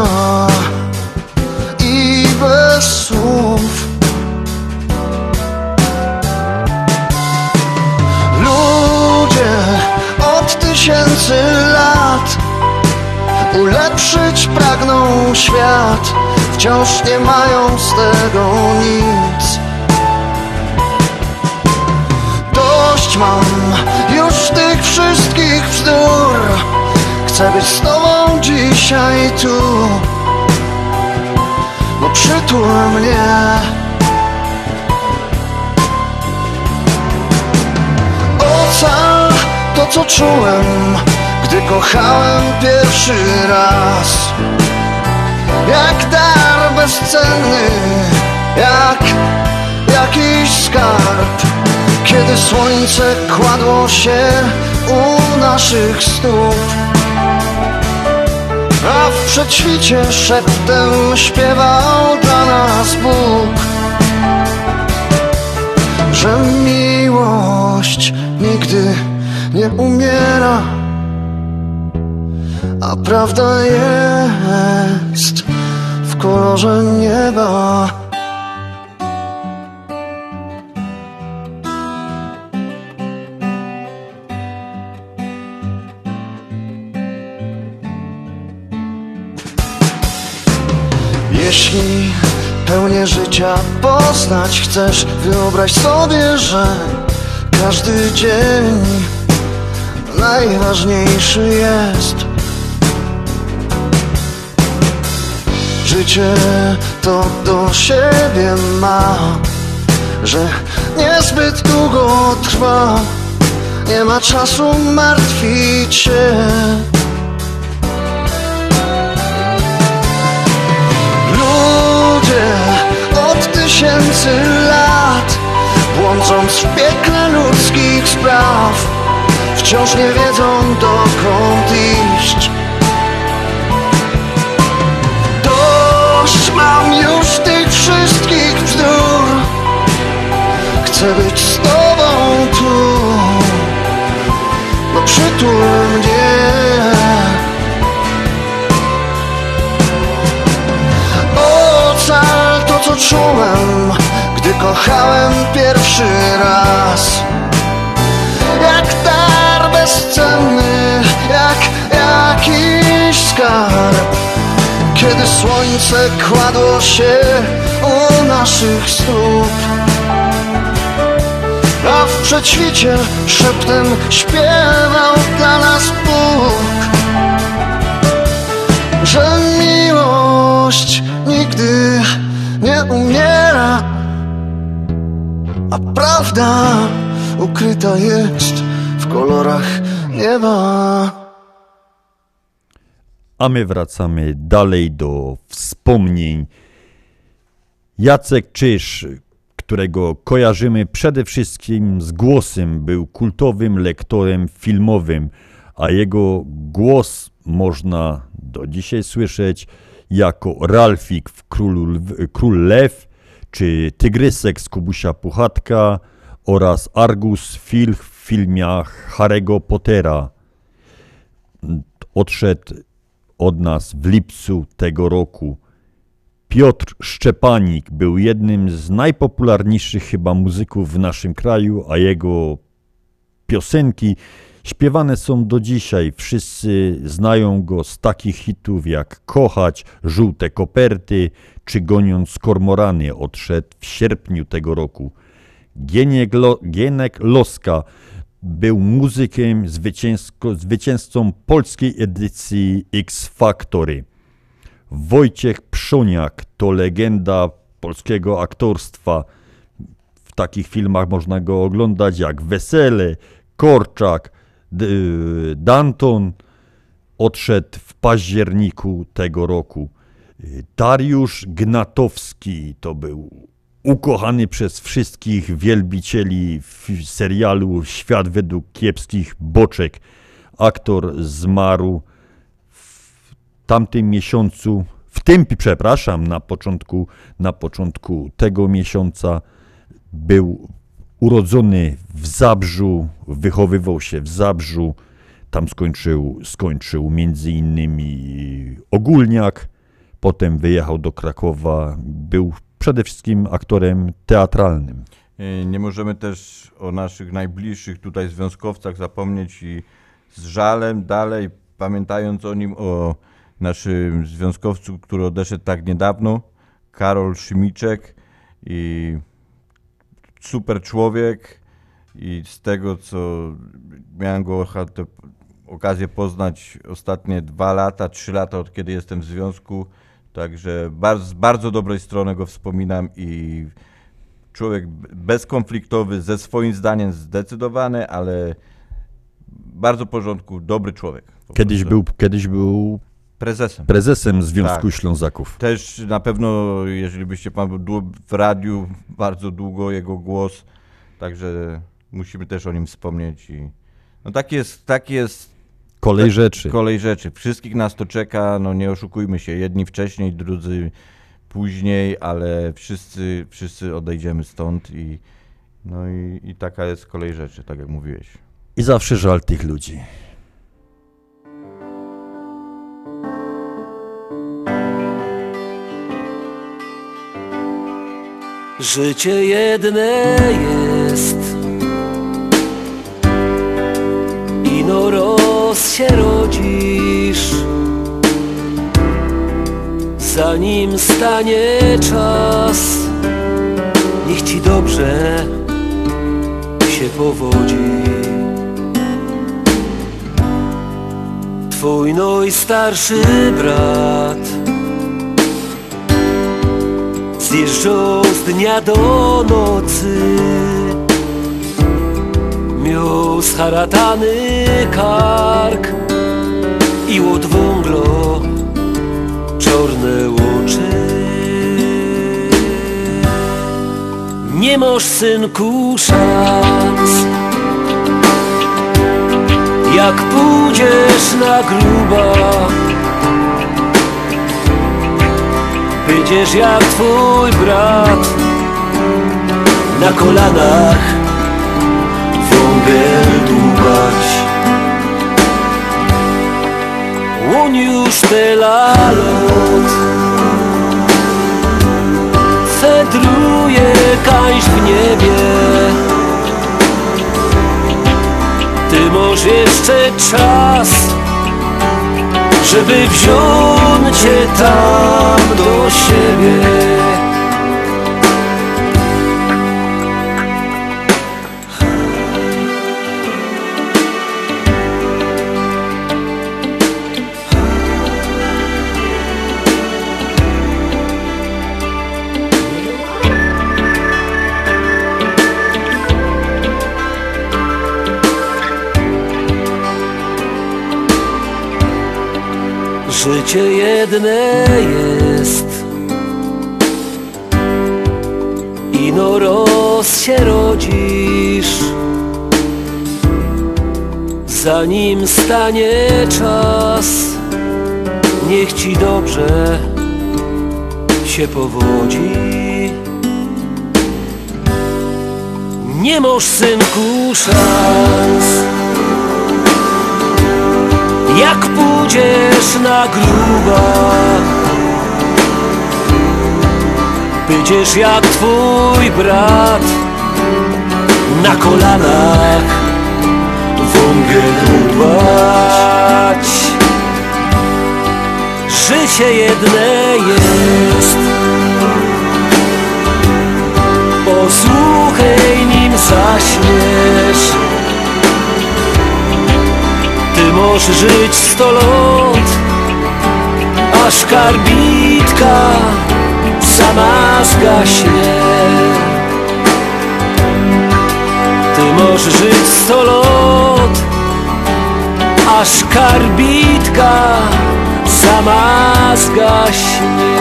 i bez słów. Ludzie od tysięcy lat ulepszyć pragną świat, wciąż nie mają z tego nic. Dość mam już tych wszystkich bzdur, chcę być z tobą dzisiaj tu. No przytul mnie, ocal to co czułem, gdy kochałem pierwszy raz. Jak dar bezcenny, jak jakiś skarb, kiedy słońce kładło się u naszych stóp, a w przedświcie szeptem śpiewał dla nas Bóg, że miłość nigdy nie umiera, a prawda jest w kolorze nieba. Jeśli pełnię życia poznać chcesz, wyobraź sobie, że każdy dzień najważniejszy jest. Życie to do siebie ma, że niezbyt długo trwa, nie ma czasu martwić się. Ludzie od tysięcy lat, błądząc w piekle ludzkich spraw, wciąż nie wiedzą dokąd iść. Dość mam już tych wszystkich bzdur, chcę być z tobą tu. No przytul mnie, ocal to co czułem, gdy kochałem pierwszy raz. Jak dar bezcenny, jak jakiś skarb, kiedy słońce kładło się u naszych stóp, a w przedświcie szeptem śpiewał dla nas Bóg, że miłość nigdy nie umiera, a prawda ukryta jest w kolorach nieba. A my wracamy dalej do wspomnień. Jacek Czyż, którego kojarzymy przede wszystkim z głosem, był kultowym lektorem filmowym, a jego głos można do dzisiaj słyszeć jako Ralfik w Król Lew, czy Tygrysek z Kubusia Puchatka oraz Argus Filch w filmach Harry'ego Pottera. Odszedł od nas w lipcu tego roku. Piotr Szczepanik był jednym z najpopularniejszych chyba muzyków w naszym kraju, a jego piosenki śpiewane są do dzisiaj. Wszyscy znają go z takich hitów jak Kochać, Żółte koperty czy Goniąc kormorany. Odszedł w sierpniu tego roku. Gienek Loska był muzykiem, zwycięzcą polskiej edycji X Factory. Wojciech Przoniak to legenda polskiego aktorstwa. W takich filmach można go oglądać jak Wesele, Korczak, Danton. Odszedł w październiku tego roku. Dariusz Gnatowski to był ukochany przez wszystkich wielbicieli w serialu Świat według kiepskich boczek. Aktor zmarł tamtym miesiącu, na początku tego miesiąca był urodzony w Zabrzu, wychowywał się w Zabrzu, tam skończył między innymi ogólniak, potem wyjechał do Krakowa, był przede wszystkim aktorem teatralnym. Nie możemy też o naszych najbliższych tutaj związkowcach zapomnieć i z żalem dalej, pamiętając o nim, o naszym związkowcu, który odeszedł tak niedawno, Karol Szymiczek, i super człowiek, i z tego, co miałem go okazję poznać ostatnie 2 lata, 3 lata, od kiedy jestem w związku, także z bardzo dobrej strony go wspominam i człowiek bezkonfliktowy, ze swoim zdaniem zdecydowany, ale bardzo w porządku, dobry człowiek. Kiedyś był prezesem Związku Ślązaków. Też na pewno, jeżeli byście pan był w radiu, bardzo długo jego głos, także musimy też o nim wspomnieć. I no taki jest kolej rzeczy. Wszystkich nas to czeka, no nie oszukujmy się, jedni wcześniej, drudzy później, ale wszyscy odejdziemy stąd i taka jest kolej rzeczy, tak jak mówiłeś. I zawsze żal tych ludzi. Życie jedne jest, ino roz się rodzisz, zanim stanie czas, niech ci dobrze się powodzi. Twój najstarszy brat zjeżdżał z dnia do nocy, miał scharatany kark i od wąglo czarne oczy. Nie masz, synku, szans, jak pójdziesz na gruba, będziesz jak twój brat, na kolanach wągiel dłubać. On już tyle lat fedruje kaś w niebie, ty masz jeszcze czas, żeby wziąć cię tam do siebie. Życie jedne jest, ino roz się rodzisz, zanim stanie czas, niech ci dobrze się powodzi. Nie masz, synku, szans, jak pójdziesz na gruba, będziesz jak twój brat, na kolanach wągiel dłubać. Życie jedne jest, posłuchaj, nim zaśniesz. Ty możesz żyć 100 lat, aż karbitka sama zgaśnie. Ty możesz żyć 100 lat, aż karbitka sama zgaśnie.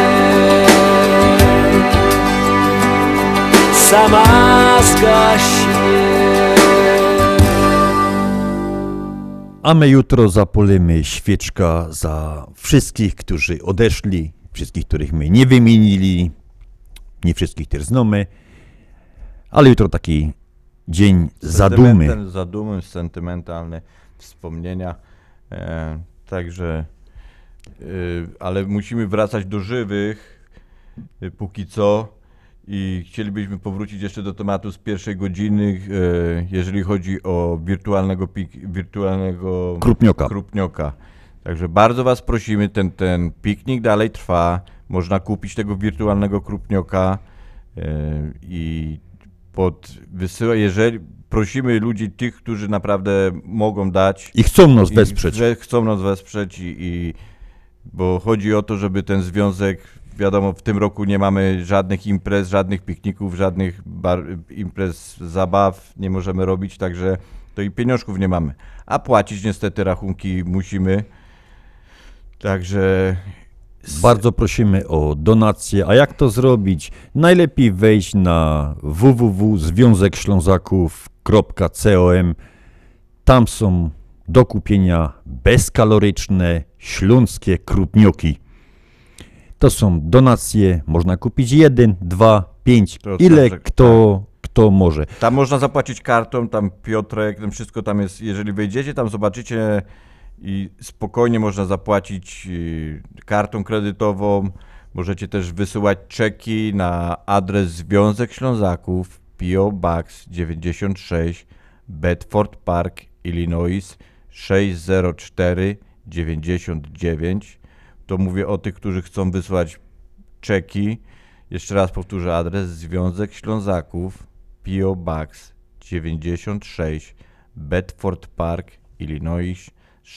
Sama zgaśnie. A my jutro zapalimy świeczka za wszystkich, którzy odeszli, wszystkich, których my nie wymienili, nie wszystkich też znamy, ale jutro taki dzień zadumy. Zadumy, sentymentalne wspomnienia, także, ale musimy wracać do żywych póki co i chcielibyśmy powrócić jeszcze do tematu z pierwszej godziny, jeżeli chodzi o wirtualnego krupnioka. Także bardzo was prosimy, ten piknik dalej trwa, można kupić tego wirtualnego krupnioka i jeżeli prosimy ludzi, tych, którzy naprawdę mogą dać i chcą nas wesprzeć. Chcą nas wesprzeć bo chodzi o to, żeby ten związek, wiadomo, w tym roku nie mamy żadnych imprez, żadnych pikników, żadnych imprez, zabaw nie możemy robić, także to i pieniążków nie mamy. A płacić niestety rachunki musimy, także... Bardzo prosimy o donacje, a jak to zrobić? Najlepiej wejść na www.związekślązaków.com. Tam są do kupienia bezkaloryczne śląskie krupnioki. To są donacje, można kupić 1, 2, 5, ile kto może. Tam można zapłacić kartą, tam Piotrek, tam wszystko tam jest, jeżeli wejdziecie, tam zobaczycie i spokojnie można zapłacić kartą kredytową, możecie też wysyłać czeki na adres Związek Ślązaków, P.O. Box 96, Bedford Park, Illinois 60499. To mówię o tych, którzy chcą wysłać czeki. Jeszcze raz powtórzę adres Związek Ślązaków, P.O. Box 96, Bedford Park, Illinois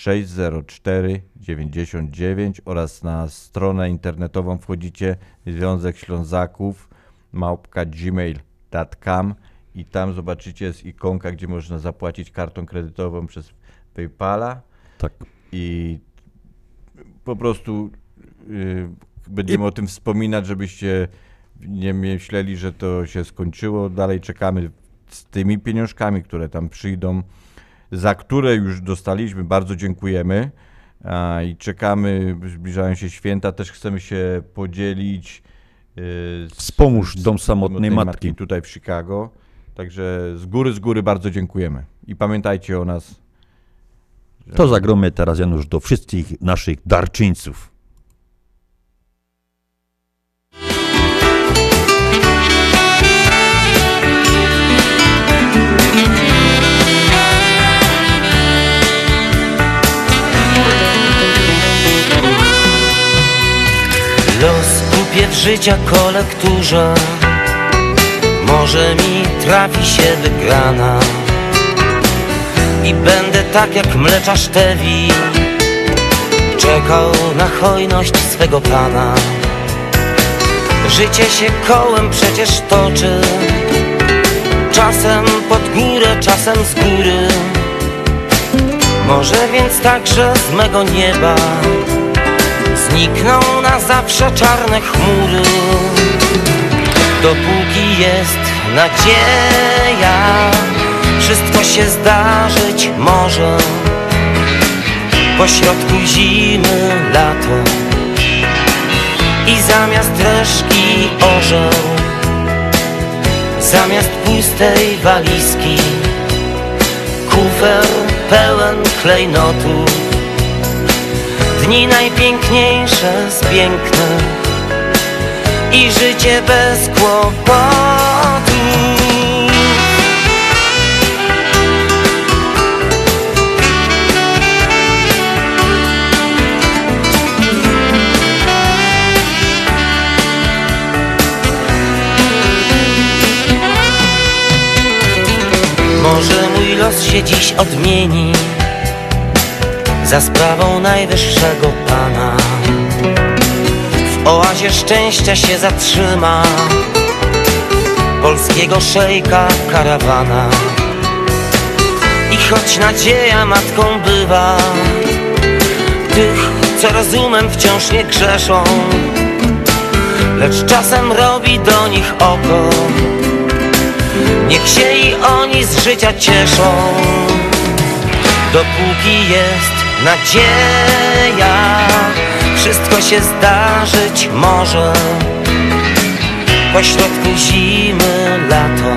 60499 oraz na stronę internetową wchodzicie Związek Ślązaków @gmail.com i tam zobaczycie jest ikonka, gdzie można zapłacić kartą kredytową przez PayPala. Tak. I po prostu będziemy o tym wspominać, żebyście nie myśleli, że to się skończyło. Dalej czekamy z tymi pieniążkami, które tam przyjdą, za które już dostaliśmy, bardzo dziękujemy i czekamy, zbliżają się święta, też chcemy się podzielić. Wspomóż Dom Samotnej Matki tutaj w Chicago, także z góry bardzo dziękujemy i pamiętajcie o nas. To zagromy teraz, Janusz, do wszystkich naszych darczyńców. Los kupię w życia kolekturze, może mi trafi się wygrana i będę tak jak mleczarz Tewi czekał na hojność swego Pana. Życie się kołem przecież toczy, czasem pod górę, czasem z góry. Może więc także z mego nieba znikną na zawsze czarne chmury. Dopóki jest nadzieja, wszystko się zdarzyć może. Pośrodku zimy lato i zamiast reszki orzeł, zamiast pustej walizki kufer pełen klejnotów. Dni najpiękniejsze z pięknych i życie bez kłopotu. Może mój los się dziś odmieni za sprawą najwyższego Pana. W oazie szczęścia się zatrzyma polskiego szejka karawana. I choć nadzieja matką bywa tych, co rozumem wciąż nie grzeszą, lecz czasem robi do nich oko, niech się i oni z życia cieszą. Dopóki jest nadzieja, wszystko się zdarzyć może. Pośrodku zimy lato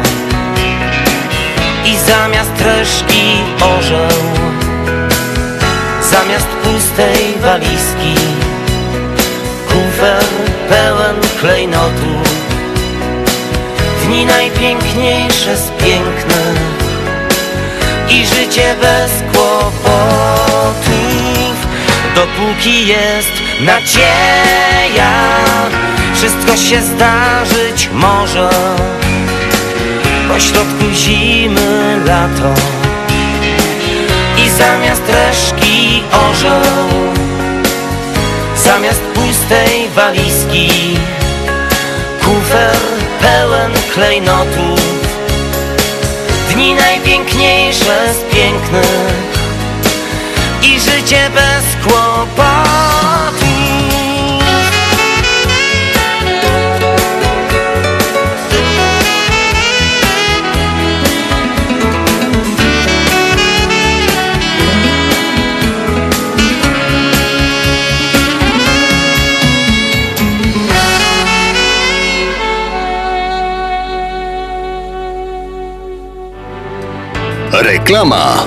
i zamiast reszki orzeł, zamiast pustej walizki kufer pełen klejnotów. Dni najpiękniejsze z pięknych i życie bez kłopotów. Dopóki jest nadzieja, wszystko się zdarzyć może. Pośrodku zimy lato i zamiast reszki orzeł, zamiast pustej walizki kufer pełen klejnotów. Dni najpiękniejsze z pięknych i życie bez kłopotów. Reklama.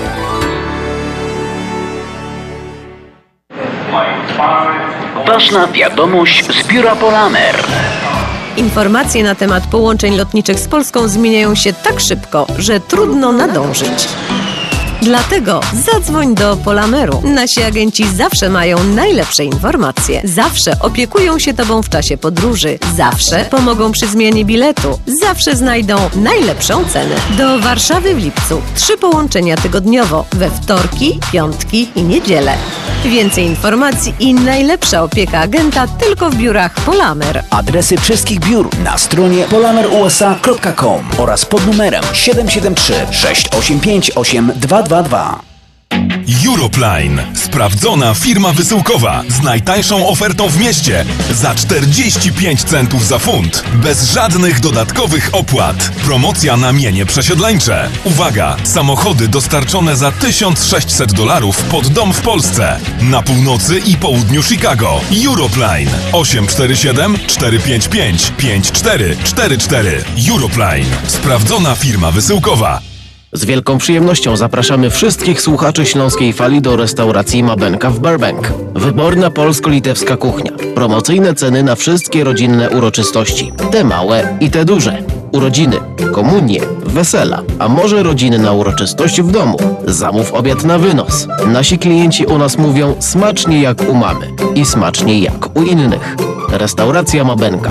Ważna wiadomość z biura Polamer. Informacje na temat połączeń lotniczych z Polską zmieniają się tak szybko, że trudno nadążyć. Dlatego zadzwoń do Polameru. Nasi agenci zawsze mają najlepsze informacje. Zawsze opiekują się Tobą w czasie podróży. Zawsze pomogą przy zmianie biletu. Zawsze znajdą najlepszą cenę. Do Warszawy w lipcu 3 połączenia tygodniowo we wtorki, piątki i niedzielę. Więcej informacji i najlepsza opieka agenta tylko w biurach Polamer. Adresy wszystkich biur na stronie polamerusa.com oraz pod numerem 773 685 8222. Europline. Sprawdzona firma wysyłkowa z najtańszą ofertą w mieście za 45 centów za funt. Bez żadnych dodatkowych opłat. Promocja na mienie przesiedleńcze. Uwaga! Samochody dostarczone za $1600 pod dom w Polsce. Na północy i południu Chicago. Europline. 847 455 5444. Europline. Sprawdzona firma wysyłkowa. Z wielką przyjemnością zapraszamy wszystkich słuchaczy Śląskiej Fali do restauracji Mabenka w Burbank. Wyborna polsko-litewska kuchnia. Promocyjne ceny na wszystkie rodzinne uroczystości. Te małe i te duże. Urodziny, komunie, wesela, a może rodzinna uroczystość w domu. Zamów obiad na wynos. Nasi klienci u nas mówią smacznie jak u mamy i smacznie jak u innych. Restauracja Mabenka,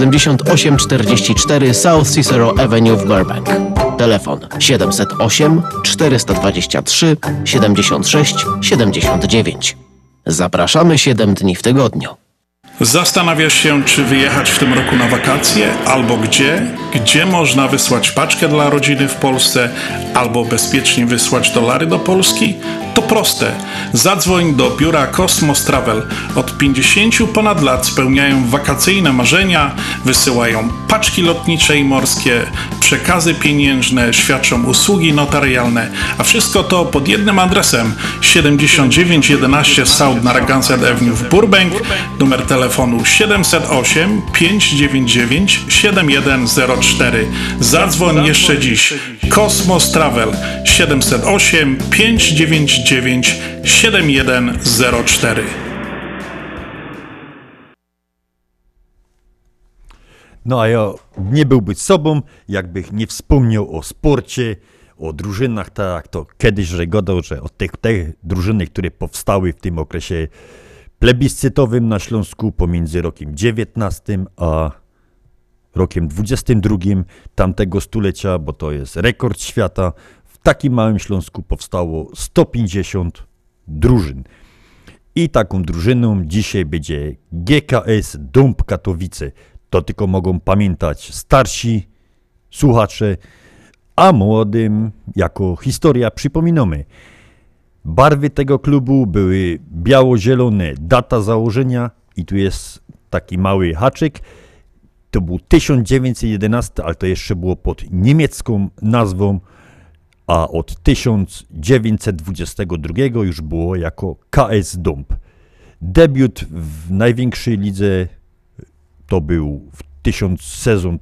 7844 South Cicero Avenue w Burbank. Telefon 708 423 76 79. Zapraszamy 7 dni w tygodniu. Zastanawiasz się, czy wyjechać w tym roku na wakacje, albo gdzie? Gdzie można wysłać paczkę dla rodziny w Polsce, albo bezpiecznie wysłać dolary do Polski? To proste. Zadzwoń do biura Cosmos Travel. Od 50 ponad lat spełniają wakacyjne marzenia, wysyłają paczki lotnicze i morskie, przekazy pieniężne, świadczą usługi notarialne, a wszystko to pod jednym adresem 7911 South Narragansett Avenue w Burbank, numer telefonu 708 599 7104. Zadzwoń jeszcze dziś. Cosmos Travel 708 599 7104. No a ja nie byłby sobą, jakbych nie wspomniał o sporcie, o drużynach, tak jak to kiedyś gadał, że o tych drużyny, które powstały w tym okresie plebiscytowym na Śląsku pomiędzy rokiem 19 a rokiem 22 tamtego stulecia, bo to jest rekord świata. W takim małym Śląsku powstało 150 drużyn. I taką drużyną dzisiaj będzie GKS Dąb Katowice. To tylko mogą pamiętać starsi słuchacze, a młodym jako historia przypominamy. Barwy tego klubu były biało-zielone, data założenia i tu jest taki mały haczyk. To był 1911, ale to jeszcze było pod niemiecką nazwą, a od 1922 już było jako KS Dąb. Debiut w największej lidze to był sezon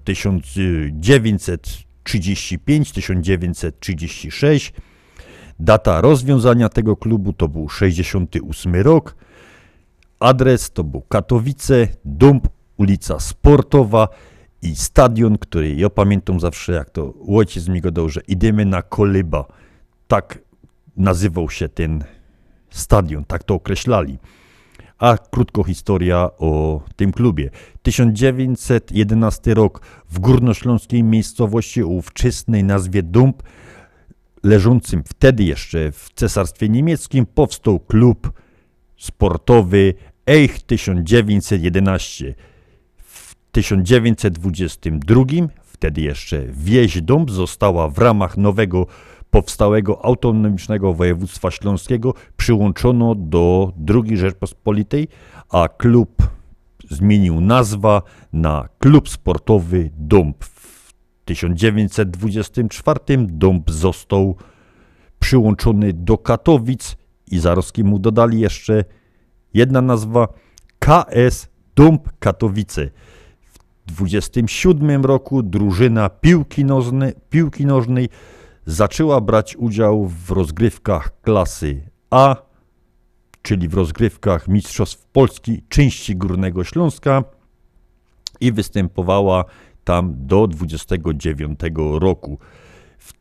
1935-1936. Data rozwiązania tego klubu to był 68 rok. Adres to był Katowice, Dąb, ulica Sportowa i stadion, który ja pamiętam zawsze, jak to ojciec mi gadał, że idziemy na Kolyba. Tak nazywał się ten stadion, tak to określali. A krótko historia o tym klubie. 1911 rok w górnośląskiej miejscowości o ówczesnej nazwie Dąb, leżącym wtedy jeszcze w Cesarstwie Niemieckim, powstał klub sportowy Eich 1911. W 1922, wtedy jeszcze wieś Dąb została w ramach nowego powstałego autonomicznego województwa śląskiego przyłączono do II Rzeczpospolitej, a klub zmienił nazwę na Klub Sportowy Dąb. W 1924 Dąb został przyłączony do Katowic i zaraz mu dodali jeszcze jedna nazwa KS Dąb Katowice. W 1927 roku drużyna piłki nożnej zaczęła brać udział w rozgrywkach klasy A, czyli w rozgrywkach Mistrzostw Polski części Górnego Śląska i występowała tam do 29 roku. W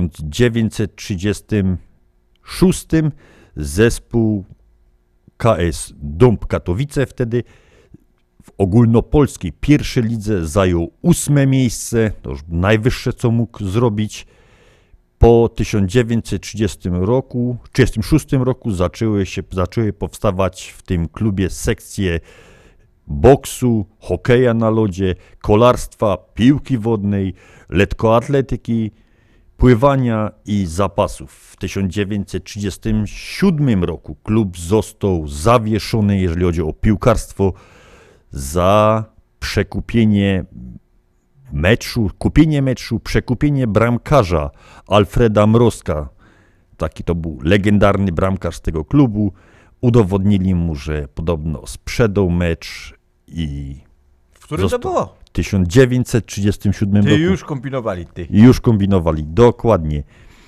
1936 zespół KS Dąb Katowice wtedy w ogólnopolskiej pierwszej lidze zajął 8. miejsce, to już najwyższe co mógł zrobić. Po 1936 roku zaczęły powstawać w tym klubie sekcje boksu, hokeja na lodzie, kolarstwa, piłki wodnej, lekkoatletyki, pływania i zapasów. W 1937 roku klub został zawieszony, jeżeli chodzi o piłkarstwo, za przekupienie meczu, przekupienie bramkarza Alfreda Mrozka. Taki to był legendarny bramkarz z tego klubu. Udowodnili mu, że podobno sprzedał mecz i... W którym to było? W 1937 roku. Już kombinowali, Już kombinowali, dokładnie.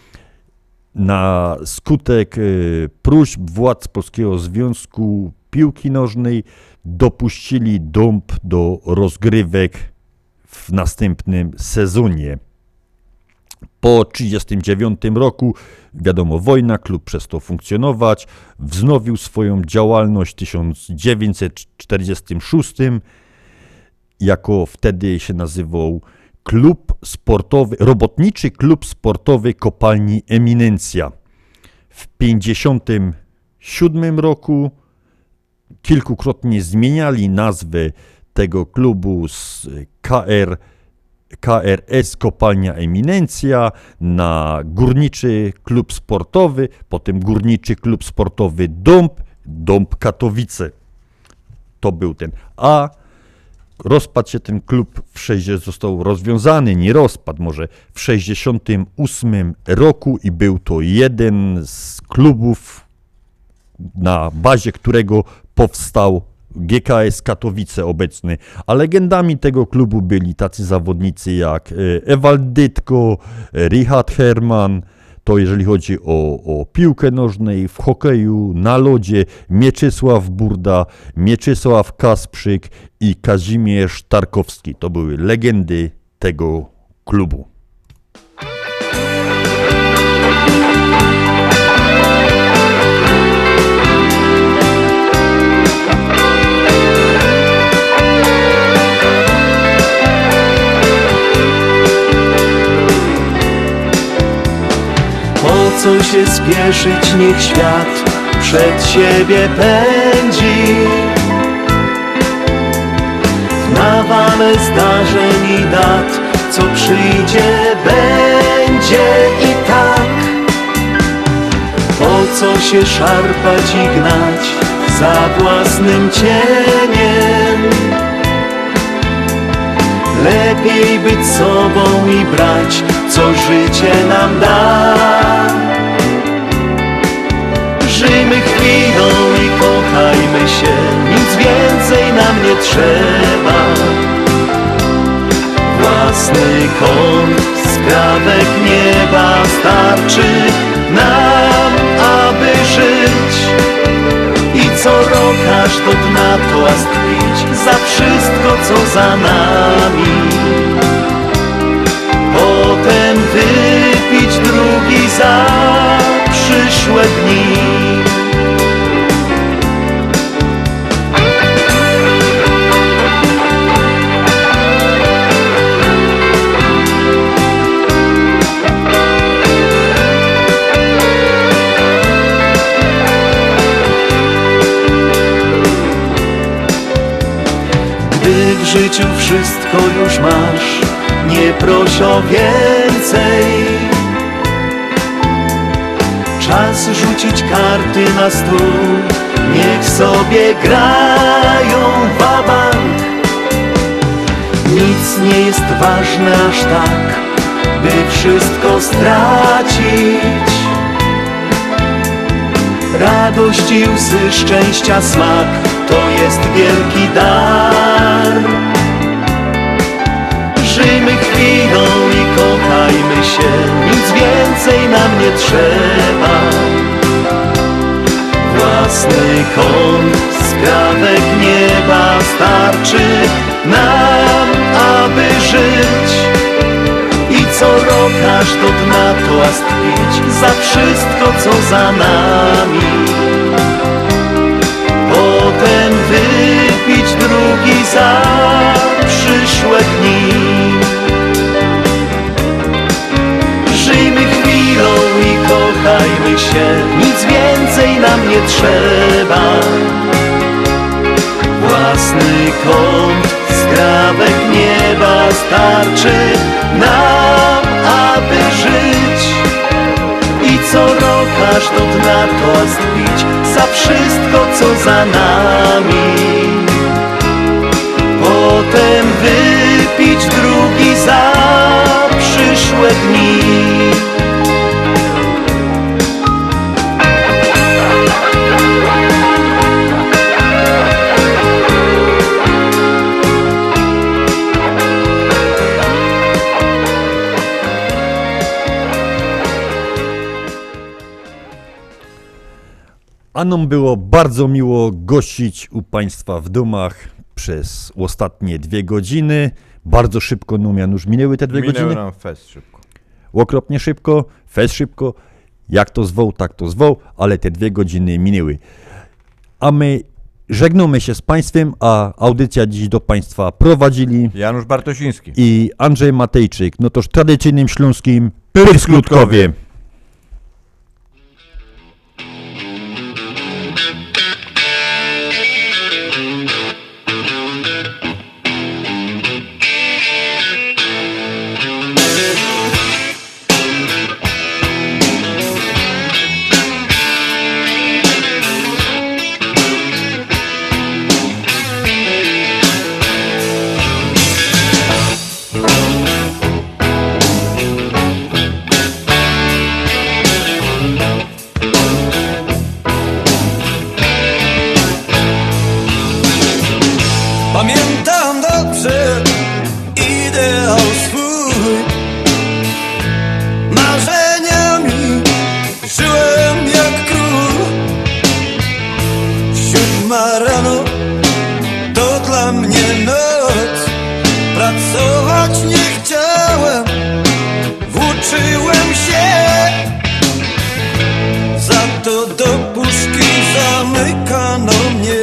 Na skutek próśb władz Polskiego Związku Piłki Nożnej dopuścili Dąb do rozgrywek w następnym sezonie. Po 1939 roku, wiadomo, wojna, klub przestał funkcjonować, wznowił swoją działalność w 1946, jako wtedy się nazywał Robotniczy Klub Sportowy Kopalni Eminencja. W 1957 roku kilkukrotnie zmieniali nazwę tego klubu z KRS Kopalnia Eminencja na Górniczy Klub Sportowy, potem Górniczy Klub Sportowy Dąb Katowice. To był ten. A rozpadł się ten klub, został rozwiązany, nie rozpadł, może w 1968 roku i był to jeden z klubów, na bazie którego powstał GKS Katowice obecny, a legendami tego klubu byli tacy zawodnicy jak Ewald Dytko, Richard Herman, to jeżeli chodzi o piłkę nożnej, w hokeju, na lodzie, Mieczysław Burda, Mieczysław Kasprzyk i Kazimierz Tarkowski. To były legendy tego klubu. Po co się spieszyć, niech świat przed siebie pędzi. Nawale zdarzeń i dat, co przyjdzie, będzie i tak. Po co się szarpać i gnać za własnym cieniem? Lepiej być sobą i brać, co życie nam da. Żyjmy chwilą i kochajmy się, nic więcej nam nie trzeba. Własny kąt, skrawek nieba starczy nam, aby żyć. I co rok aż do dna toast pić za wszystko, co za nami. Potem wypić drugi za przyszłe dni. Gdy w życiu wszystko już masz, nie proś o więcej. Czas rzucić karty na stół, niech sobie grają wabank. Nic nie jest ważne aż tak, by wszystko stracić. Radość i łzy, szczęścia smak, to jest wielki dar. Żyjmy chwilą i kochajmy się, nic więcej nam nie trzeba. Własny kąt, skrawek nieba starczy nam, aby żyć. I co rok aż do dna toast pić za wszystko, co za nami. Potem wypić drugi za przyszłe dni. Żyjmy chwilą i kochajmy się, nic więcej nam nie trzeba. Własny kąt, skrawek nieba starczy nam, aby żyć. I co rok aż do dna toast pić za wszystko, co za nami. Potem wypić drugi za przyszłe dni. A nam było bardzo miło gościć u Państwa w domach przez ostatnie 2 godziny. Bardzo szybko nam Janusz minęły te 2 godziny. Minęły nam fest szybko. Okropnie szybko, fest szybko. Jak to zwoł, tak to zwoł, ale te 2 godziny minęły. A my żegnamy się z Państwem, a audycja dziś do Państwa prowadzili Janusz Bartosiński i Andrzej Matejczyk. No toż tradycyjnym śląskim Pyrskutkowie. Pamiętam dobrze ideał swój, marzeniami żyłem jak król. 7 rano to dla mnie noc, pracować nie chciałem, włóczyłem się. Za to do puszki zamykano mnie.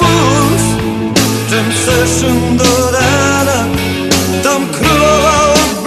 Do rana tam królował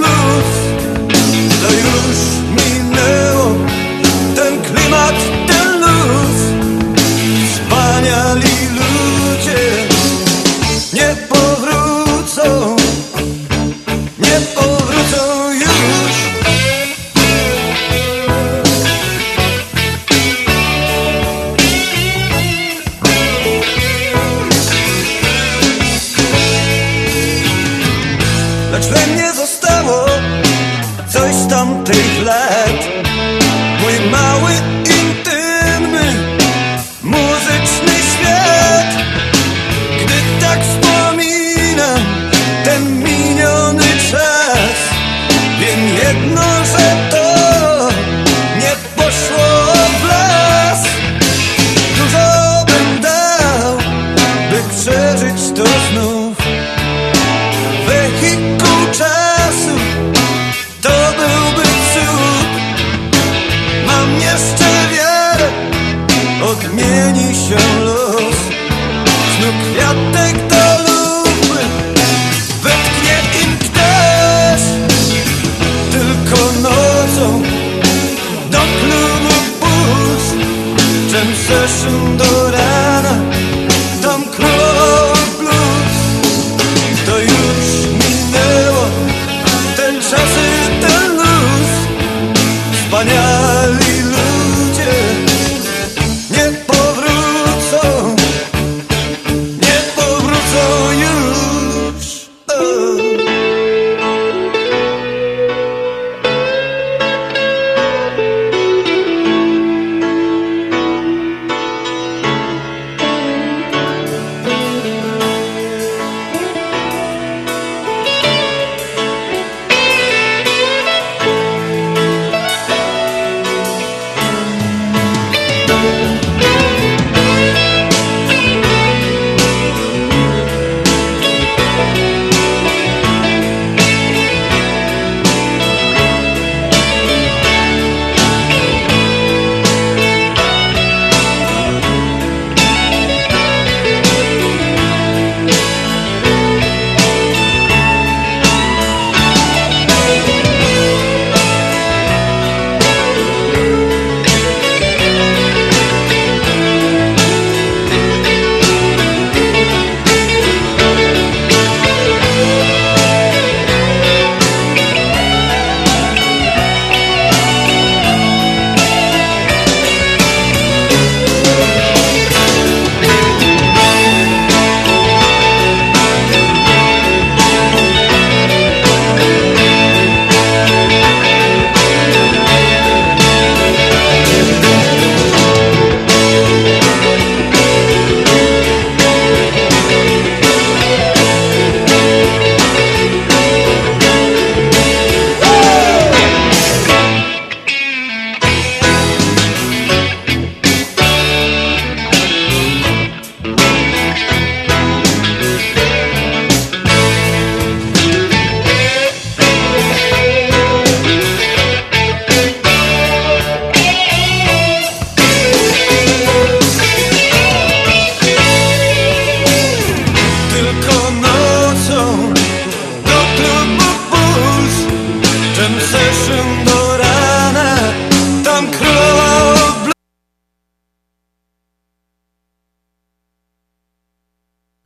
mieni się los. Znów kwiatek do lupy wetknie im ktoś. Tylko nocą do klubu puls, czym zeszłym do rana.